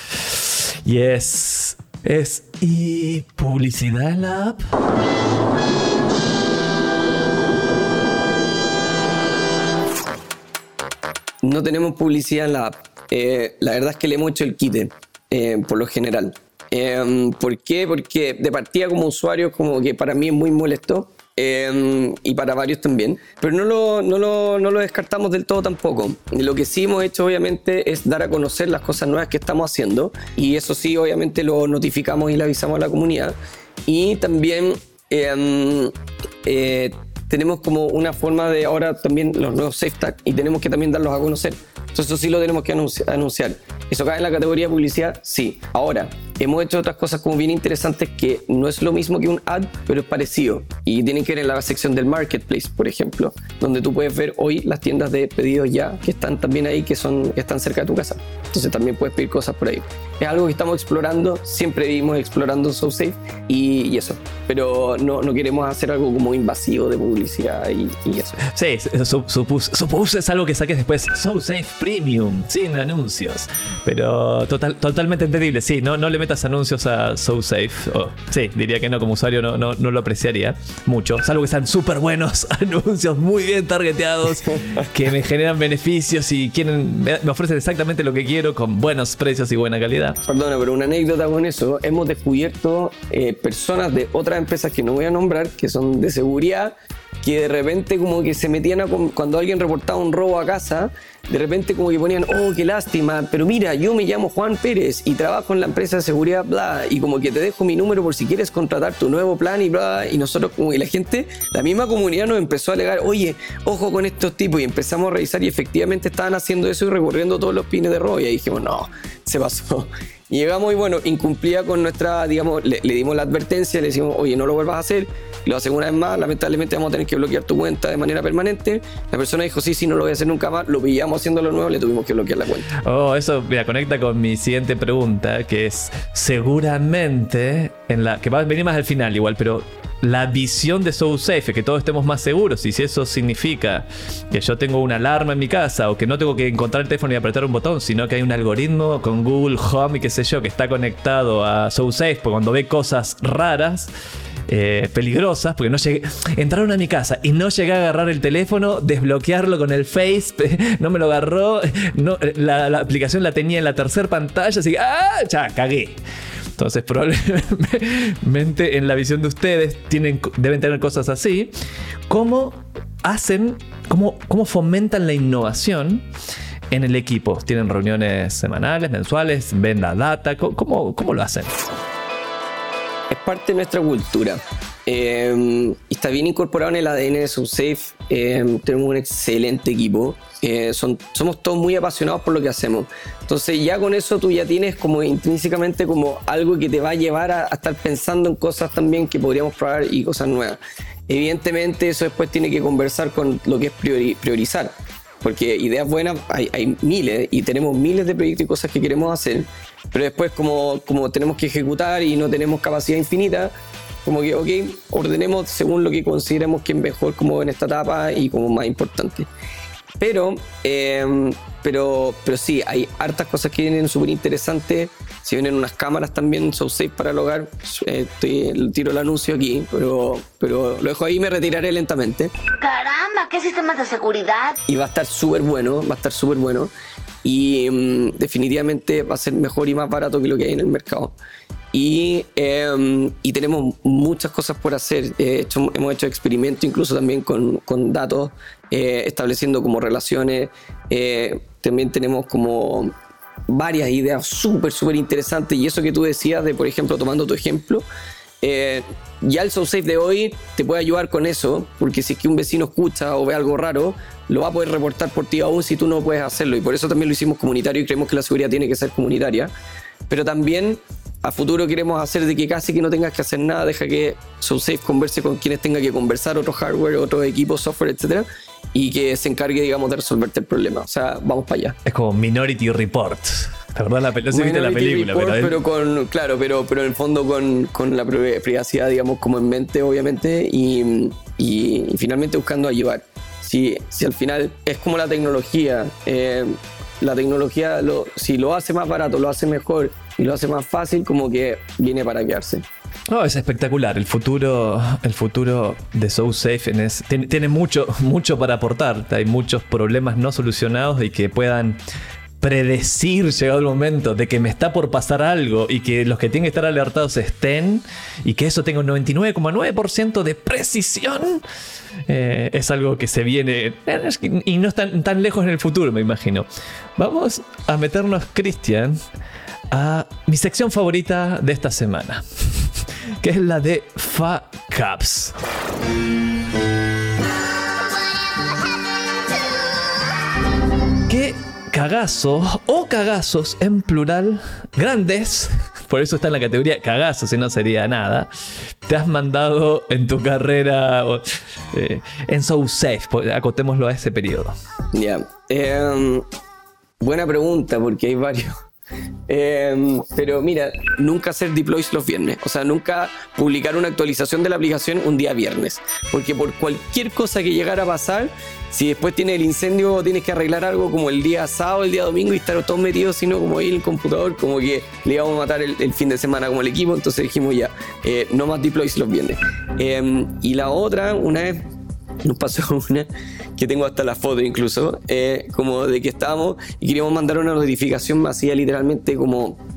S2: Y es... es... ¿y publicidad en la app?
S3: No tenemos publicidad en la app. Eh, la verdad es que le hemos hecho el quite, eh, por lo general. Eh, ¿Por qué? Porque de partida como usuario como que para mí es muy molesto, eh, y para varios también, pero no lo, no, lo, no lo descartamos del todo tampoco. Y lo que sí hemos hecho obviamente es dar a conocer las cosas nuevas que estamos haciendo y eso sí obviamente lo notificamos y le avisamos a la comunidad y también eh, eh, tenemos como una forma de ahora también los nuevos Safe Tag y tenemos que también darlos a conocer. Entonces eso sí lo tenemos que anunciar. ¿Eso cae en la categoría de publicidad? Sí. Ahora, hemos hecho otras cosas como bien interesantes que no es lo mismo que un ad, pero es parecido. Y tienen que ver en la sección del marketplace, por ejemplo, donde tú puedes ver hoy las tiendas de pedidos ya que están también ahí, que, son, que están cerca de tu casa. Entonces también puedes pedir cosas por ahí. Es algo que estamos explorando, siempre vivimos explorando SoSafe y, y eso. Pero no, no queremos hacer algo como invasivo de publicidad y, y eso.
S2: Sí, supuse, supuse es algo que saques después. SoSafe Premium, sin anuncios. Pero total, totalmente entendible, sí, no, no le metas anuncios a SoSafe. Oh, sí, diría que no, como usuario no, no, no lo apreciaría mucho. Salvo que sean súper buenos anuncios, muy bien targeteados, que me generan beneficios y quieren, me, me ofrecen exactamente lo que quiero con buenos precios y buena calidad.
S3: Perdona, pero una anécdota con eso. Hemos descubierto eh, personas de otras empresas que no voy a nombrar, que son de seguridad, que de repente como que se metían a, cuando alguien reportaba un robo a casa, de repente como que ponían, oh, qué lástima, pero mira, yo me llamo Juan Pérez y trabajo en la empresa de seguridad, bla, y como que te dejo mi número por si quieres contratar tu nuevo plan y bla, y nosotros como, y la gente, la misma comunidad nos empezó a alegar, oye, ojo con estos tipos, y empezamos a revisar y efectivamente estaban haciendo eso y recorriendo todos los pines de robo, y ahí dijimos, no, se pasó. Y llegamos y bueno, incumplía con nuestra, digamos, le, le dimos la advertencia, le decimos, oye, no lo vuelvas a hacer, y lo hacemos una vez más, lamentablemente vamos a tener que bloquear tu cuenta de manera permanente. La persona dijo, sí, sí, no lo voy a hacer nunca más, lo pillamos haciéndolo nuevo, le tuvimos que bloquear la cuenta.
S2: Oh, eso, mira, conecta con mi siguiente pregunta, que es, seguramente, en la que va a venir más al final igual, pero la visión de SoSafe, que todos estemos más seguros, y si eso significa que yo tengo una alarma en mi casa o que no tengo que encontrar el teléfono y apretar un botón, sino que hay un algoritmo con Google Home y qué sé yo que está conectado a SoSafe, porque cuando ve cosas raras, eh, peligrosas, porque no llegué, entraron a mi casa y no llegué a agarrar el teléfono, desbloquearlo con el Face, no me lo agarró, no, la, la aplicación la tenía en la tercera pantalla, así que ¡ah! Ya, cagué. Entonces probablemente en la visión de ustedes tienen, deben tener cosas así. ¿Cómo hacen, cómo, cómo fomentan la innovación en el equipo? ¿Tienen reuniones semanales, mensuales? ¿Ven la data? ¿Cómo, cómo lo hacen?
S3: Es parte de nuestra cultura. Eh, está bien incorporado en el A D N de SoSafe. Eh, tenemos un excelente equipo. Eh, son, somos todos muy apasionados por lo que hacemos. Entonces ya con eso tú ya tienes como intrínsecamente como algo que te va a llevar a, a estar pensando en cosas también que podríamos probar y cosas nuevas. Evidentemente eso después tiene que conversar con lo que es priori, priorizar. Porque ideas buenas hay, hay miles y tenemos miles de proyectos y cosas que queremos hacer. Pero después como, como tenemos que ejecutar y no tenemos capacidad infinita, como que, ok, ordenemos según lo que consideremos que es mejor como en esta etapa y como más importante. Pero, eh, pero, pero sí, hay hartas cosas que vienen súper interesantes. Si vienen unas cámaras también, SoSafe para el hogar. Eh, estoy, tiro el anuncio aquí, pero, pero lo dejo ahí y me retiraré lentamente.
S4: Caramba, ¿qué sistemas de seguridad?
S3: Y va a estar súper bueno, va a estar súper bueno. Y um, definitivamente va a ser mejor y más barato que lo que hay en el mercado. Y, eh, y tenemos muchas cosas por hacer. De hecho, hemos hecho experimentos incluso también con, con datos, eh, estableciendo como relaciones. Eh, también tenemos como varias ideas súper, súper interesantes. Y eso que tú decías de, por ejemplo, tomando tu ejemplo, eh, ya el SoSafe de hoy te puede ayudar con eso, porque si es que un vecino escucha o ve algo raro, lo va a poder reportar por ti aún si tú no puedes hacerlo. Y por eso también lo hicimos comunitario y creemos que la seguridad tiene que ser comunitaria. Pero también a futuro queremos hacer de que casi que no tengas que hacer nada, deja que SoSafe converse con quienes tenga que conversar, otro hardware, otros equipos, software, etcétera, y que se encargue, digamos, de resolverte el problema. O sea, vamos para allá.
S2: Es como Minority Report. La verdad, la, no sé si viste la película,
S3: Report,
S2: pero,
S3: pero con, claro, pero, pero en el fondo con, con la privacidad, digamos, como en mente, obviamente, y, y, y finalmente buscando ayudar. Si, si al final es como la tecnología, eh, la tecnología, lo, si lo hace más barato, lo hace mejor y lo hace más fácil, como que viene para quedarse.
S2: No, es espectacular. El futuro, el futuro de SoSafe en es, tiene, tiene mucho, mucho para aportar. Hay muchos problemas no solucionados y que puedan predecir, llegado el momento de que me está por pasar algo y que los que tienen que estar alertados estén y que eso tenga un noventa y nueve coma nueve por ciento de precisión. Eh, es algo que se viene y no está tan lejos en el futuro, me imagino. Vamos a meternos, Cristian, a mi sección favorita de esta semana, que es la de Fuck-Ups. ¿Qué cagazos o cagazos en plural grandes, por eso está en la categoría cagazos, si no sería nada, te has mandado en tu carrera eh, en SoSafe? Acotémoslo a ese periodo.
S3: Ya, yeah. eh, buena pregunta, porque hay varios. Eh, pero mira, nunca hacer deploys los viernes, o sea, nunca publicar una actualización de la aplicación un día viernes, porque por cualquier cosa que llegara a pasar, si después tienes el incendio tienes que arreglar algo como el día sábado, el día domingo y estar todos metidos, sino como ahí en el computador, como que le íbamos a matar el, el fin de semana como el equipo. Entonces dijimos ya, eh, no más deploys los viernes. Eh, y la otra, una vez nos pasó una que tengo hasta la foto incluso, eh, como de que estábamos y queríamos mandar una notificación masiva literalmente como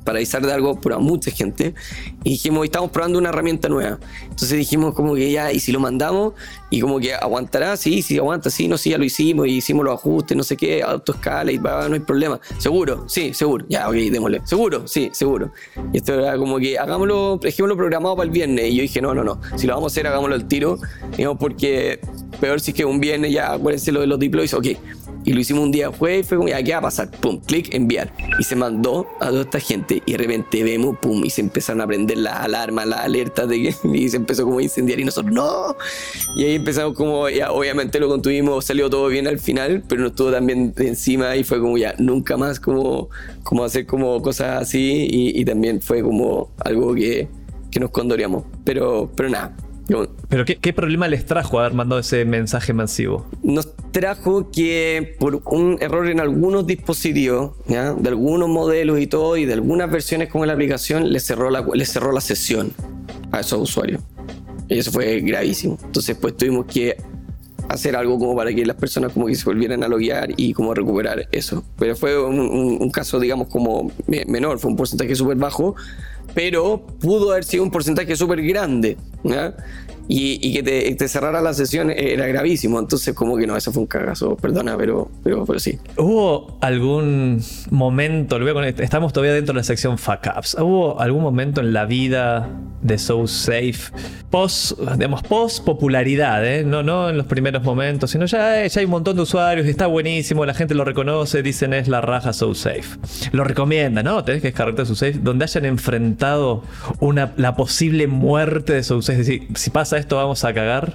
S3: para avisar de algo, pero a mucha gente. Y dijimos, estamos probando una herramienta nueva. Entonces dijimos como que ya, ¿y si lo mandamos? Y como que aguantará, sí, sí, aguanta, sí, no, sí, ya lo hicimos, y hicimos los ajustes, no sé qué, autoescala, y va, no hay problema. ¿Seguro? Sí, seguro. Ya, ok, démosle. ¿Seguro? Sí, seguro. Y esto era como que, hagámoslo, dejémoslo programado para el viernes. Y yo dije, no, no, no, si lo vamos a hacer, hagámoslo al tiro, digamos, porque peor si es que un viernes, ya, acuérdense lo de los deploys, ok. Y lo hicimos un día jueves y fue como, ya, ¿qué va a pasar? Pum, clic, enviar. Y se mandó a toda esta gente. Y de repente vemos, pum, y se empezaron a prender las alarmas, las alertas de que, y se empezó como a incendiar. Y nosotros, ¡no! Y ahí empezamos como, ya, obviamente lo construimos, salió todo bien al final, pero nos estuvo también de encima y fue como, ya, nunca más como, como hacer como cosas así. Y, y también fue como algo que, que nos condoreamos. Pero, pero nada.
S2: ¿Pero qué, qué problema les trajo haber mandado ese mensaje masivo?
S3: Nos trajo que por un error en algunos dispositivos, ¿ya? De algunos modelos y todo, y de algunas versiones con la aplicación, les cerró la, les cerró la sesión a esos usuarios. Y eso fue gravísimo. Entonces pues tuvimos que hacer algo como para que las personas como que se volvieran a loguear y como recuperar eso. Pero fue un, un, un caso, digamos, como menor, fue un porcentaje súper bajo, pero pudo haber sido un porcentaje súper grande, ¿ya? Y, y que te, te cerrara la sesión era gravísimo. Entonces como que no, eso fue un cagazo, perdona, pero, pero, pero sí.
S2: ¿Hubo algún momento, lo voy a conectar, estamos todavía dentro de la sección fuck ups, ¿hubo algún momento en la vida de SoSafe post, digamos, post popularidad, ¿eh? no, no en los primeros momentos, sino ya, ya hay un montón de usuarios, está buenísimo, la gente lo reconoce, dicen es la raja SoSafe, lo recomienda, ¿no? Tenés que descargarte SoSafe, donde hayan enfrentado una, la posible muerte de SoSafe, es decir, si pasa esto vamos a cagar?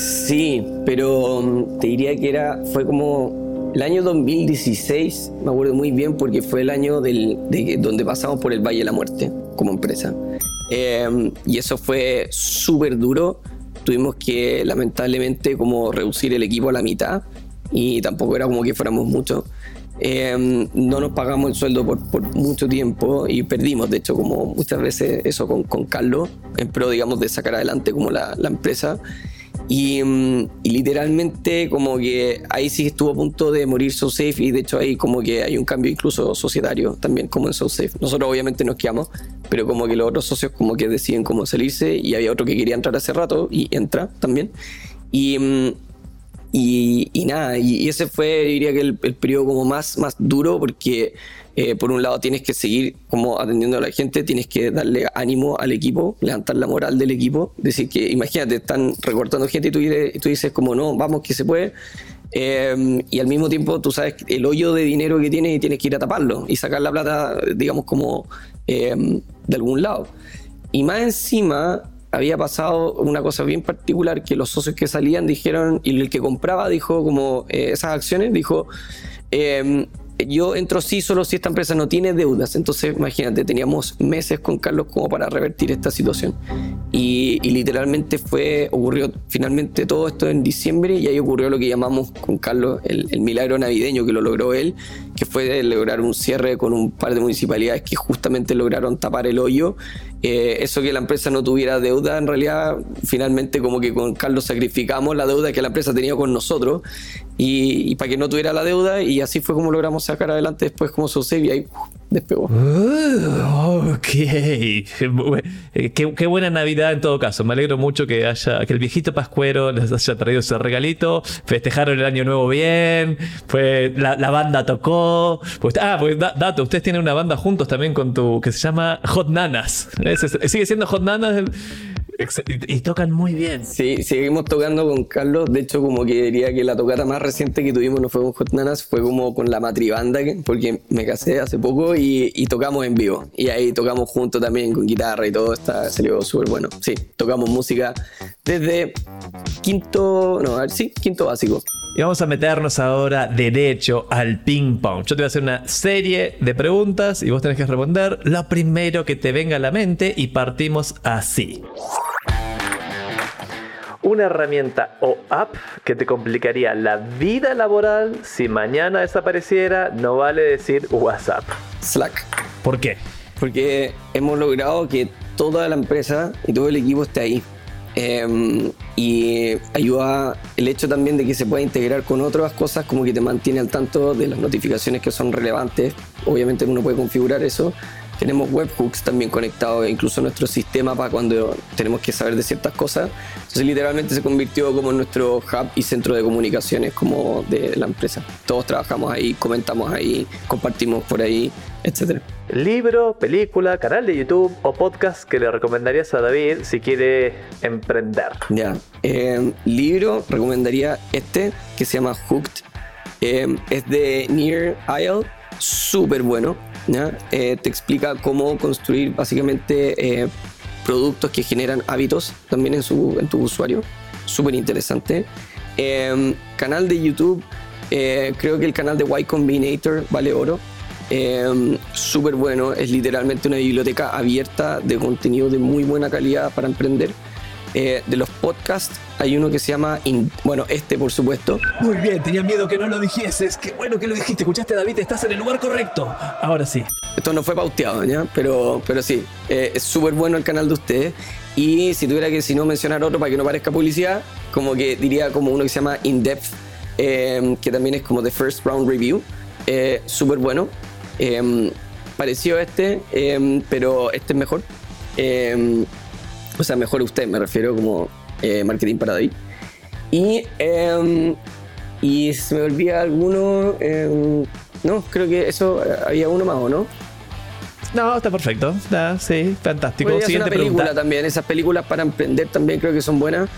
S3: Sí, pero te diría que era fue como el año dos mil dieciséis, me acuerdo muy bien porque fue el año del, de, donde pasamos por el Valle de la Muerte como empresa. Eh, y eso fue súper duro. Tuvimos que lamentablemente como reducir el equipo a la mitad y tampoco era como que fuéramos muchos. Eh, no nos pagamos el sueldo por, por mucho tiempo y perdimos, de hecho, como muchas veces eso con, con Carlos, en pro, digamos, de sacar adelante como la, la empresa. Y, y literalmente como que ahí sí estuvo a punto de morir SoSafe y de hecho ahí como que hay un cambio incluso societario también como en SoSafe. Nosotros obviamente nos quedamos, pero como que los otros socios como que deciden cómo salirse y había otro que quería entrar hace rato y entra también. Y... Y, y nada, y, y ese fue, diría que el, el periodo como más, más duro porque eh, por un lado tienes que seguir como atendiendo a la gente, tienes que darle ánimo al equipo, levantar la moral del equipo, decir que imagínate, están recortando gente y tú, y tú dices como no, vamos que se puede. Eh, y al mismo tiempo tú sabes el hoyo de dinero que tienes y tienes que ir a taparlo y sacar la plata, digamos, como eh, de algún lado. Y más encima había pasado una cosa bien particular, que los socios que salían dijeron, y el que compraba dijo como eh, esas acciones, dijo eh, yo entro sí solo si esta empresa no tiene deudas. Entonces imagínate, teníamos meses con Carlos como para revertir esta situación y, y literalmente fue, ocurrió finalmente todo esto en diciembre y ahí ocurrió lo que llamamos con Carlos el, el milagro navideño que lo logró él, que fue lograr un cierre con un par de municipalidades que justamente lograron tapar el hoyo. Eh, eso que la empresa no tuviera deuda, en realidad finalmente como que con Carlos sacrificamos la deuda que la empresa tenía con nosotros y, y para que no tuviera la deuda, y así fue como logramos sacar adelante después como SoSafe y ahí uh, despegó.
S2: Uh, ok, qué, qué buena Navidad en todo caso. Me alegro mucho que haya que el viejito Pascuero les haya traído ese regalito. Festejaron el año nuevo bien, fue, la, la banda tocó. Pues, ah, pues dato, ustedes tienen una banda juntos también con tu que se llama Hot Nanas. ¿Es, sigue siendo Hot Nanas? Y, y tocan muy bien.
S3: Sí, seguimos tocando con Carlos. De hecho, como que diría que la tocata más reciente que tuvimos no fue con Hot Nanas, fue como con la Matribanda, porque me casé hace poco y, y tocamos en vivo. Y ahí tocamos juntos también con guitarra y todo. Está, salió súper bueno. Sí, tocamos música desde quinto, no, a ver, sí, quinto básico.
S2: Y vamos a meternos ahora derecho al ping pong. Yo te voy a hacer una serie de preguntas y vos tenés que responder lo primero que te venga a la mente y partimos así. Una herramienta o app que te complicaría la vida laboral si mañana desapareciera, no vale decir WhatsApp.
S3: Slack.
S2: ¿Por qué?
S3: Porque hemos logrado que toda la empresa y todo el equipo esté ahí. Eh, y ayuda el hecho también de que se pueda integrar con otras cosas, como que te mantiene al tanto de las notificaciones que son relevantes. Obviamente uno puede configurar eso, tenemos webhooks también conectados, incluso nuestro sistema para cuando tenemos que saber de ciertas cosas. Entonces literalmente se convirtió como en nuestro hub y centro de comunicaciones como de la empresa. Todos trabajamos ahí, comentamos ahí, compartimos por ahí, etcétera.
S2: ¿Libro, película, canal de YouTube o podcast que le recomendarías a David si quiere emprender?
S3: Ya, eh, libro, recomendaría este que se llama Hooked. Eh, es de Nir Eyal, súper bueno. ¿Ya? Eh, te explica cómo construir básicamente eh, productos que generan hábitos también en, su, en tu usuario. Súper interesante. Eh, canal de YouTube, eh, creo que el canal de Y Combinator vale oro. Eh, súper bueno, es literalmente una biblioteca abierta de contenido de muy buena calidad para emprender. Eh, de los podcasts hay uno que se llama, In- bueno, este por supuesto.
S2: Muy bien, tenía miedo que no lo dijeses. Qué bueno que lo dijiste. Escuchaste, David, estás en el lugar correcto. Ahora sí.
S3: Esto no fue pauteado, ¿ya? Pero, pero sí, eh, es súper bueno el canal de ustedes. Y si tuviera que si no mencionar otro para que no parezca publicidad, como que diría como uno que se llama In Depth, eh, que también es como The First Round Review. Eh, súper bueno. Eh, pareció a este, eh, pero este es mejor. Eh, O sea, mejor usted, me refiero como eh, marketing para David. Y, eh, y se me olvida alguno. Eh, no, creo que eso había uno más, ¿o no?
S2: No, está perfecto. Ah, sí, fantástico.
S3: Podría ser
S2: Siguiente
S3: una película
S2: pregunta.
S3: también. Esas películas para emprender también creo que son buenas.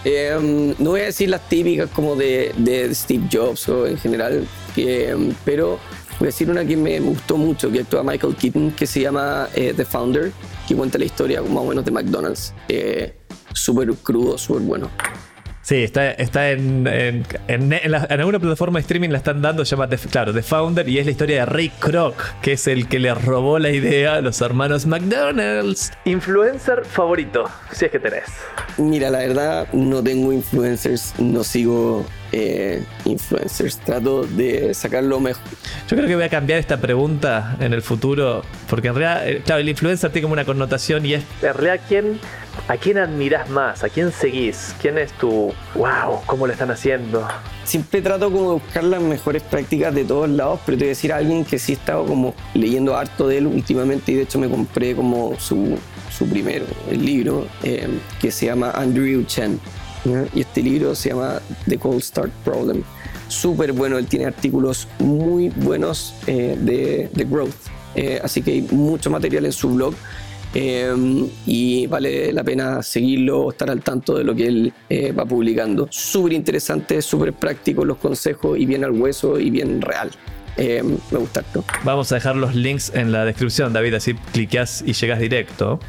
S3: Eh, no voy a decir las típicas como de, de Steve Jobs o en general, que, pero voy a decir una que me gustó mucho, que actúa Michael Keaton, que se llama eh, The Founder, que cuenta la historia más o menos de McDonald's. Eh, súper crudo, súper bueno.
S2: Sí, está, está en, en, en, en, la, en alguna plataforma de streaming la están dando, se llama, The, claro, The Founder, y es la historia de Ray Kroc, que es el que le robó la idea a los hermanos McDonald's. Influencer favorito, si es que tenés.
S3: Mira, la verdad, no tengo influencers, no sigo eh, influencers, trato de sacar lo mejor.
S2: Yo creo que voy a cambiar esta pregunta en el futuro, porque en realidad, eh, claro, el influencer tiene como una connotación y es, en realidad, ¿quién, ¿a quién admirás más? ¿A quién seguís? ¿Quién es tu, wow, cómo lo están haciendo?
S3: Siempre trato como de buscar las mejores prácticas de todos lados, pero te voy a decir a alguien que sí he estado como leyendo harto de él últimamente, y de hecho me compré como su, su primero, el libro, eh, que se llama Andrew Chen, ¿ya? Y este libro se llama The Cold Start Problem. Súper bueno, él tiene artículos muy buenos eh, de, de growth, eh, así que hay mucho material en su blog. Eh, y vale la pena seguirlo, estar al tanto de lo que él eh, va publicando. Súper interesante, súper práctico los consejos y bien al hueso y bien real. Eh, me gusta esto.
S2: Vamos a dejar los links en la descripción, David, así cliqueas y llegas directo.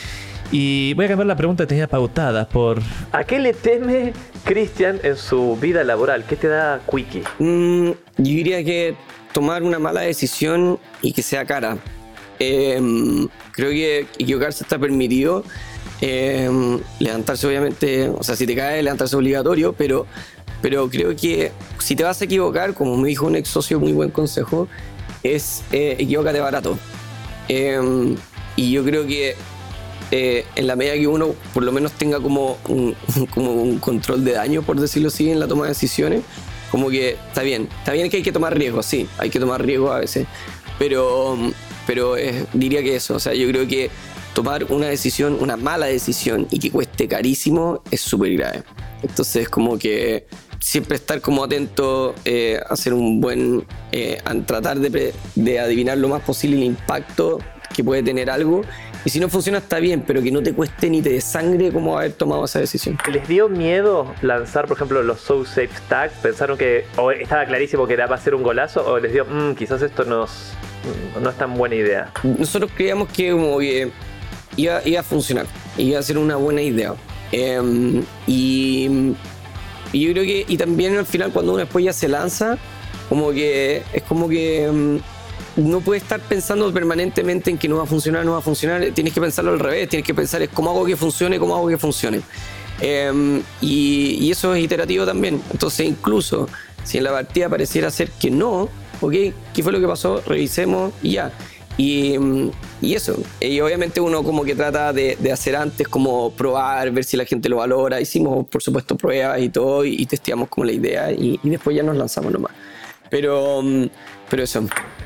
S2: Y voy a cambiar la pregunta que tenía pautada por ¿a qué le teme Cristian en su vida laboral? ¿Qué te da Quickie?
S3: Mm, yo diría que tomar una mala decisión y que sea cara. Eh, creo que equivocarse está permitido. Eh, levantarse obviamente, o sea, si te caes, levantarse es obligatorio, pero, pero creo que si te vas a equivocar, como me dijo un ex socio, muy buen consejo, es eh, equivócate barato. Eh, y yo creo que eh, en la medida que uno por lo menos tenga como un, como un control de daño, por decirlo así, en la toma de decisiones, como que está bien, está bien que hay que tomar riesgos, sí, hay que tomar riesgos a veces, pero... Pero eh, diría que eso, o sea, yo creo que tomar una decisión, una mala decisión y que cueste carísimo es súper grave. Entonces, como que siempre estar como atento, eh, hacer un buen, eh, a tratar de, de adivinar lo más posible el impacto que puede tener algo. Y si no funciona está bien, pero que no te cueste ni te desangre como haber tomado esa decisión.
S2: ¿Les dio miedo lanzar, por ejemplo, los So Safe Tags? ¿Pensaron que o estaba clarísimo que era, va a ser un golazo? ¿O les dio, mmm, quizás esto nos, no es tan buena idea?
S3: Nosotros creíamos que como que iba, iba a funcionar, iba a ser una buena idea. Eh, y, y yo creo que, y también al final cuando uno después ya se lanza, como que es como que... Um, no puedes estar pensando permanentemente en que no va a funcionar, no va a funcionar. Tienes que pensarlo al revés, tienes que pensar es cómo hago que funcione, cómo hago que funcione. Eh, y, y eso es iterativo también. Entonces incluso si en la partida pareciera ser que no, ok, ¿qué fue lo que pasó? Revisemos y ya. Y, y eso, y obviamente uno como que trata de, de hacer antes como probar, ver si la gente lo valora. Hicimos por supuesto pruebas y todo y, y testeamos como la idea y, y después ya nos lanzamos nomás. Pero, pero eso.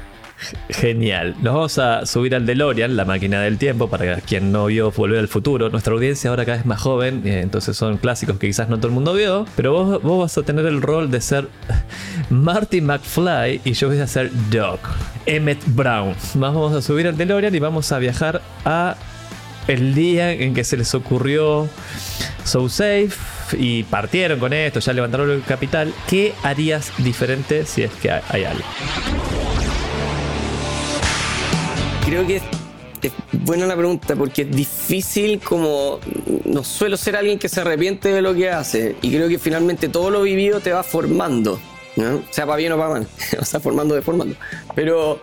S2: Genial. Nos vamos a subir al DeLorean, la máquina del tiempo, para quien no vio Volver al Futuro. Nuestra audiencia ahora cada vez más joven, eh, entonces son clásicos que quizás no todo el mundo vio. Pero vos, vos vas a tener el rol de ser Marty McFly y yo voy a ser Doc, Emmett Brown. Vamos a subir al DeLorean y vamos a viajar a el día en que se les ocurrió So Safe y partieron con esto, ya levantaron el capital. ¿Qué harías diferente si es que hay algo?
S3: Creo que es, es buena la pregunta porque es difícil, como no suelo ser alguien que se arrepiente de lo que hace, y creo que finalmente todo lo vivido te va formando, ¿no? O sea, para bien o para mal, o sea, formando, deformando. Pero,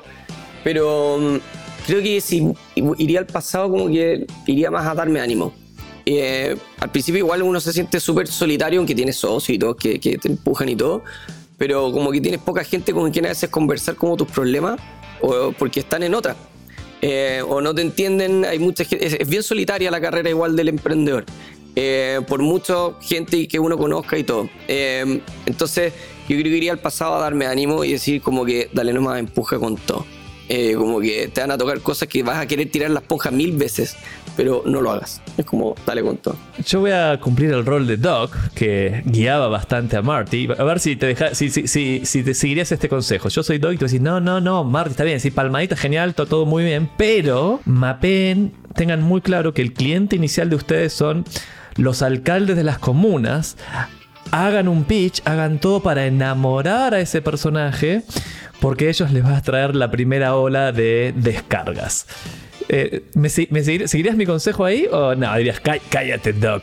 S3: pero creo que si iría al pasado, como que iría más a darme ánimo. Eh, al principio igual uno se siente súper solitario, aunque tienes socios y todo que, que te empujan y todo, pero como que tienes poca gente con quien a veces conversar como tus problemas, o porque están en otra. Eh, o no te entienden. Hay mucha gente, es, es bien solitaria la carrera igual del emprendedor, eh, por mucha gente que uno conozca y todo. Eh, entonces yo creo que iría al pasado a darme ánimo y decir como que dale nomás, empuja con todo. Eh, como que te van a tocar cosas que vas a querer tirar la esponja mil veces, pero no lo hagas. Es como, dale con todo.
S2: Yo voy a cumplir el rol de Doc, que guiaba bastante a Marty. A ver si te deja, si, si, si, si te seguirías este consejo. Yo soy Doc y tú decís, no, no, no, Marty, está bien, sí, palmadita, genial, todo, todo muy bien, pero mapeen, tengan muy claro que el cliente inicial de ustedes son los alcaldes de las comunas. Hagan un pitch, hagan todo para enamorar a ese personaje, porque a ellos les va a traer la primera ola de descargas. Eh, ¿me, me seguir, ¿Seguirías mi consejo ahí o no? Dirías, Cá, cállate, Doc.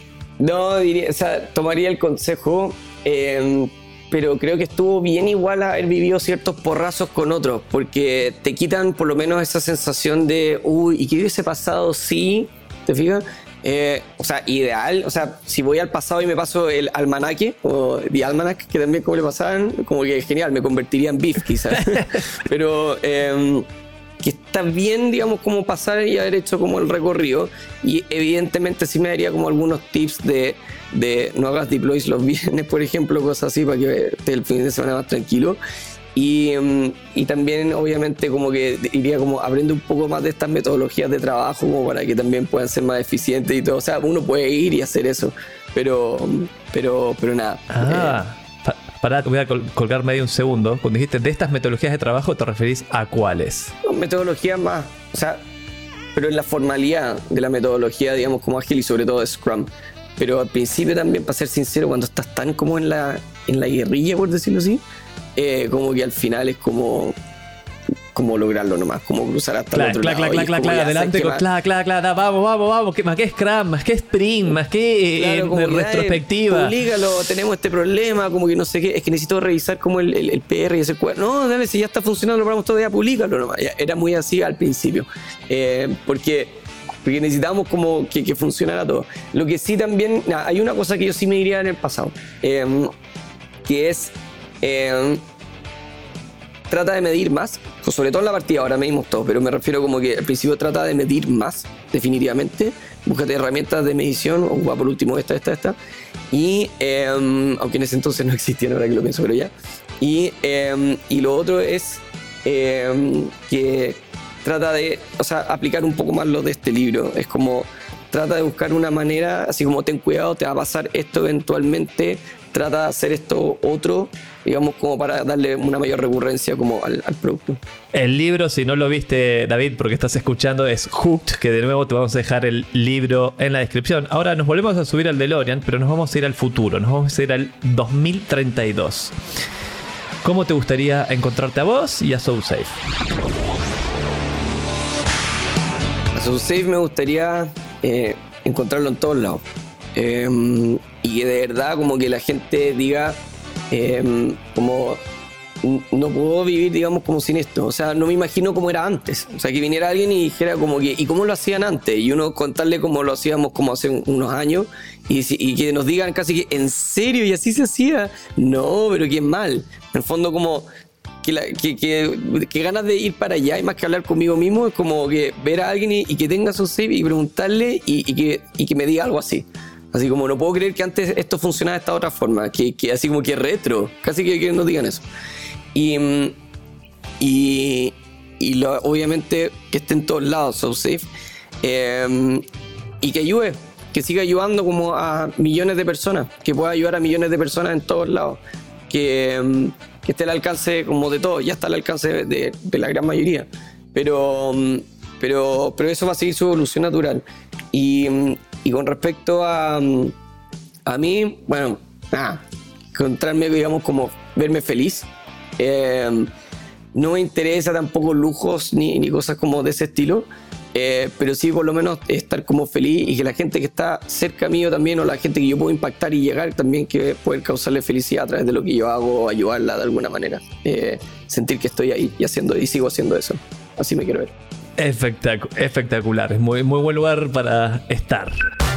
S3: No, diría, o sea, tomaría el consejo, eh, pero creo que estuvo bien igual a haber vivido ciertos porrazos con otros, porque te quitan por lo menos esa sensación de, uy, ¿y qué hubiese pasado si? ¿Te fijas? Eh, o sea, ideal, o sea, si voy al pasado y me paso el almanaque o The Almanac, que también como le pasaban, como que genial, me convertiría en Biff quizás. Pero eh, que está bien, digamos, como pasar y haber hecho como el recorrido, y evidentemente sí me daría como algunos tips de, de no hagas deploys los viernes, por ejemplo, cosas así, para que esté el fin de semana más tranquilo. Y, y también obviamente como que iría como aprende un poco más de estas metodologías de trabajo, como para que también puedan ser más eficientes y todo. O sea, uno puede ir y hacer eso, pero pero pero nada.
S2: Ah, eh. Pará, voy a col- colgar medio un segundo. Cuando dijiste de estas metodologías de trabajo, ¿te referís a cuáles?
S3: Metodologías más, o sea, pero en la formalidad de la metodología, digamos, como ágil y sobre todo de Scrum. Pero al principio también, para ser sincero, cuando estás tan como en la, en la guerrilla, por decirlo así, Eh, como que al final es como como lograrlo nomás, como cruzar hasta
S2: claro,
S3: el otro
S2: claro,
S3: lado.
S2: Claro, claro, claro, adelante con claro, claro, claro, vamos, vamos, vamos, que, más que Scrum, más que Sprint, más que
S3: claro,
S2: eh, retrospectiva.
S3: Publícalo, tenemos este problema, como que no sé qué, es que necesito revisar como el, el, el P R y ese cuadro. No, dale, si ya está funcionando, lo probamos todo, ya publícalo nomás. Ya, era muy así al principio, eh, porque porque necesitábamos como que, que funcionara todo. Lo que sí también, nah, hay una cosa que yo sí me diría en el pasado, eh, que es Eh, trata de medir más, sobre todo en la partida, ahora medimos todo, pero me refiero como que al principio trata de medir más, definitivamente. Búscate herramientas de medición, o por último esta, esta, esta. Y, eh, aunque en ese entonces no existían, ahora que lo pienso, pero ya. Y, eh, y lo otro es eh, que trata de, o sea, aplicar un poco más lo de este libro. Es como, trata de buscar una manera, así como ten cuidado, te va a pasar esto eventualmente, trata de hacer esto otro, digamos, como para darle una mayor recurrencia como al, al producto.
S2: El libro, si no lo viste, David, porque estás escuchando, es Hooked, que de nuevo te vamos a dejar el libro en la descripción. Ahora nos volvemos a subir al DeLorean, pero nos vamos a ir al futuro, nos vamos a ir al dos mil treinta y dos. ¿Cómo te gustaría encontrarte a vos y a So Safe?
S3: A So Safe me gustaría eh, encontrarlo en todos lados. Eh, y que de verdad como que la gente diga eh, como no puedo vivir, digamos, como sin esto. O sea, no me imagino cómo era antes. O sea, que viniera alguien y dijera como que ¿y cómo lo hacían antes? Y uno contarle cómo lo hacíamos como hace unos años y, y que nos digan casi que ¿en serio? ¿Y así se hacía? No, pero qué mal. En el fondo como que, la, que, que, que ganas de ir para allá y más que hablar conmigo mismo es como que ver a alguien y, y que tenga su save y preguntarle y, y, que, y que me diga algo así. Así como no puedo creer que antes esto funcionaba de esta otra forma, que, que así como que retro, casi que, que nos digan eso. Y, y, y lo, obviamente que esté en todos lados SoSafe, eh, y que ayude, que siga ayudando como a millones de personas, que pueda ayudar a millones de personas en todos lados, que, que esté al alcance como de todos, ya está al alcance de, de, de la gran mayoría, pero, pero, pero eso va a seguir su evolución natural. Y, y con respecto a, a mí, bueno, nada, encontrarme, digamos, como verme feliz. Eh, no me interesa tampoco lujos ni, ni cosas como de ese estilo, eh, pero sí por lo menos estar como feliz y que la gente que está cerca mío también, o la gente que yo puedo impactar y llegar también, que poder causarle felicidad a través de lo que yo hago, ayudarla de alguna manera, eh, sentir que estoy ahí y haciendo y sigo haciendo eso. Así me quiero ver.
S2: Espectac- espectacular, es muy, muy buen lugar para estar.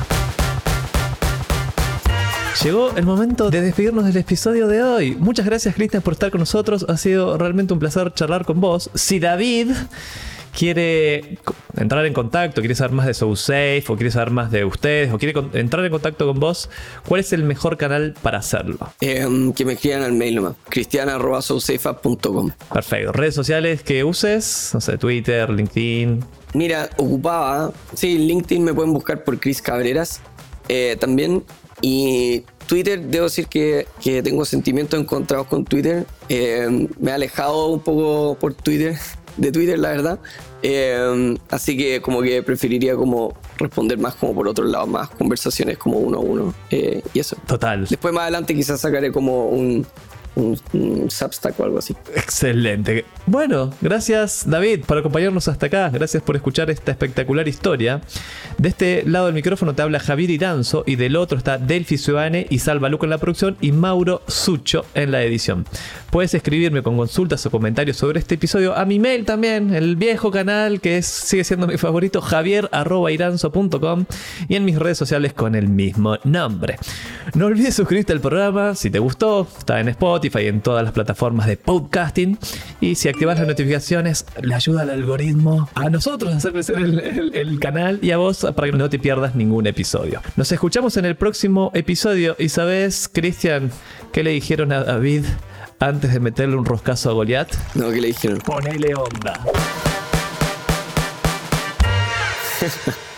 S2: Llegó el momento de despedirnos del episodio de hoy. Muchas gracias, Cristian, por estar con nosotros. Ha sido realmente un placer charlar con vos. Si David quiere entrar en contacto, quiere saber más de SoSafe, o quiere saber más de ustedes, o quiere con- entrar en contacto con vos, ¿cuál es el mejor canal para hacerlo?
S3: Eh, que me escriban al mail nomás, cristian arroba sosafe punto com.
S2: Perfecto. ¿Redes sociales que uses? No sé, Twitter, LinkedIn.
S3: Mira, ocupaba, sí, LinkedIn me pueden buscar por Chris Cabreras, eh, también. Y Twitter, debo decir que, que tengo sentimientos encontrados con Twitter. Eh, me he alejado un poco por Twitter, de Twitter, la verdad. Eh, así que como que preferiría como responder más como por otro lado, más conversaciones como uno a uno, eh, y eso.
S2: Total.
S3: Después más adelante quizás sacaré como un, un, un Substack o algo así.
S2: Excelente. Bueno, gracias David por acompañarnos hasta acá. Gracias por escuchar esta espectacular historia. De este lado del micrófono te habla Javier Iranzo y del otro está Delphi Suebane y Salva Luca en la producción y Mauro Sucho en la edición. Puedes escribirme con consultas o comentarios sobre este episodio a mi mail también, el viejo canal que es, sigue siendo mi favorito, javier arroba iranzo punto com, y en mis redes sociales con el mismo nombre. No olvides suscribirte al programa si te gustó. Está en Spotify y en todas las plataformas de podcasting. Y si activas las notificaciones, le ayuda al algoritmo a nosotros a hacer crecer el, el, el canal y a vos para que no te pierdas ningún episodio. Nos escuchamos en el próximo episodio. Y sabes, Cristian, ¿qué le dijeron a David antes de meterle un roscazo a Goliat?
S3: No, ¿qué le dijeron?
S2: Ponele onda.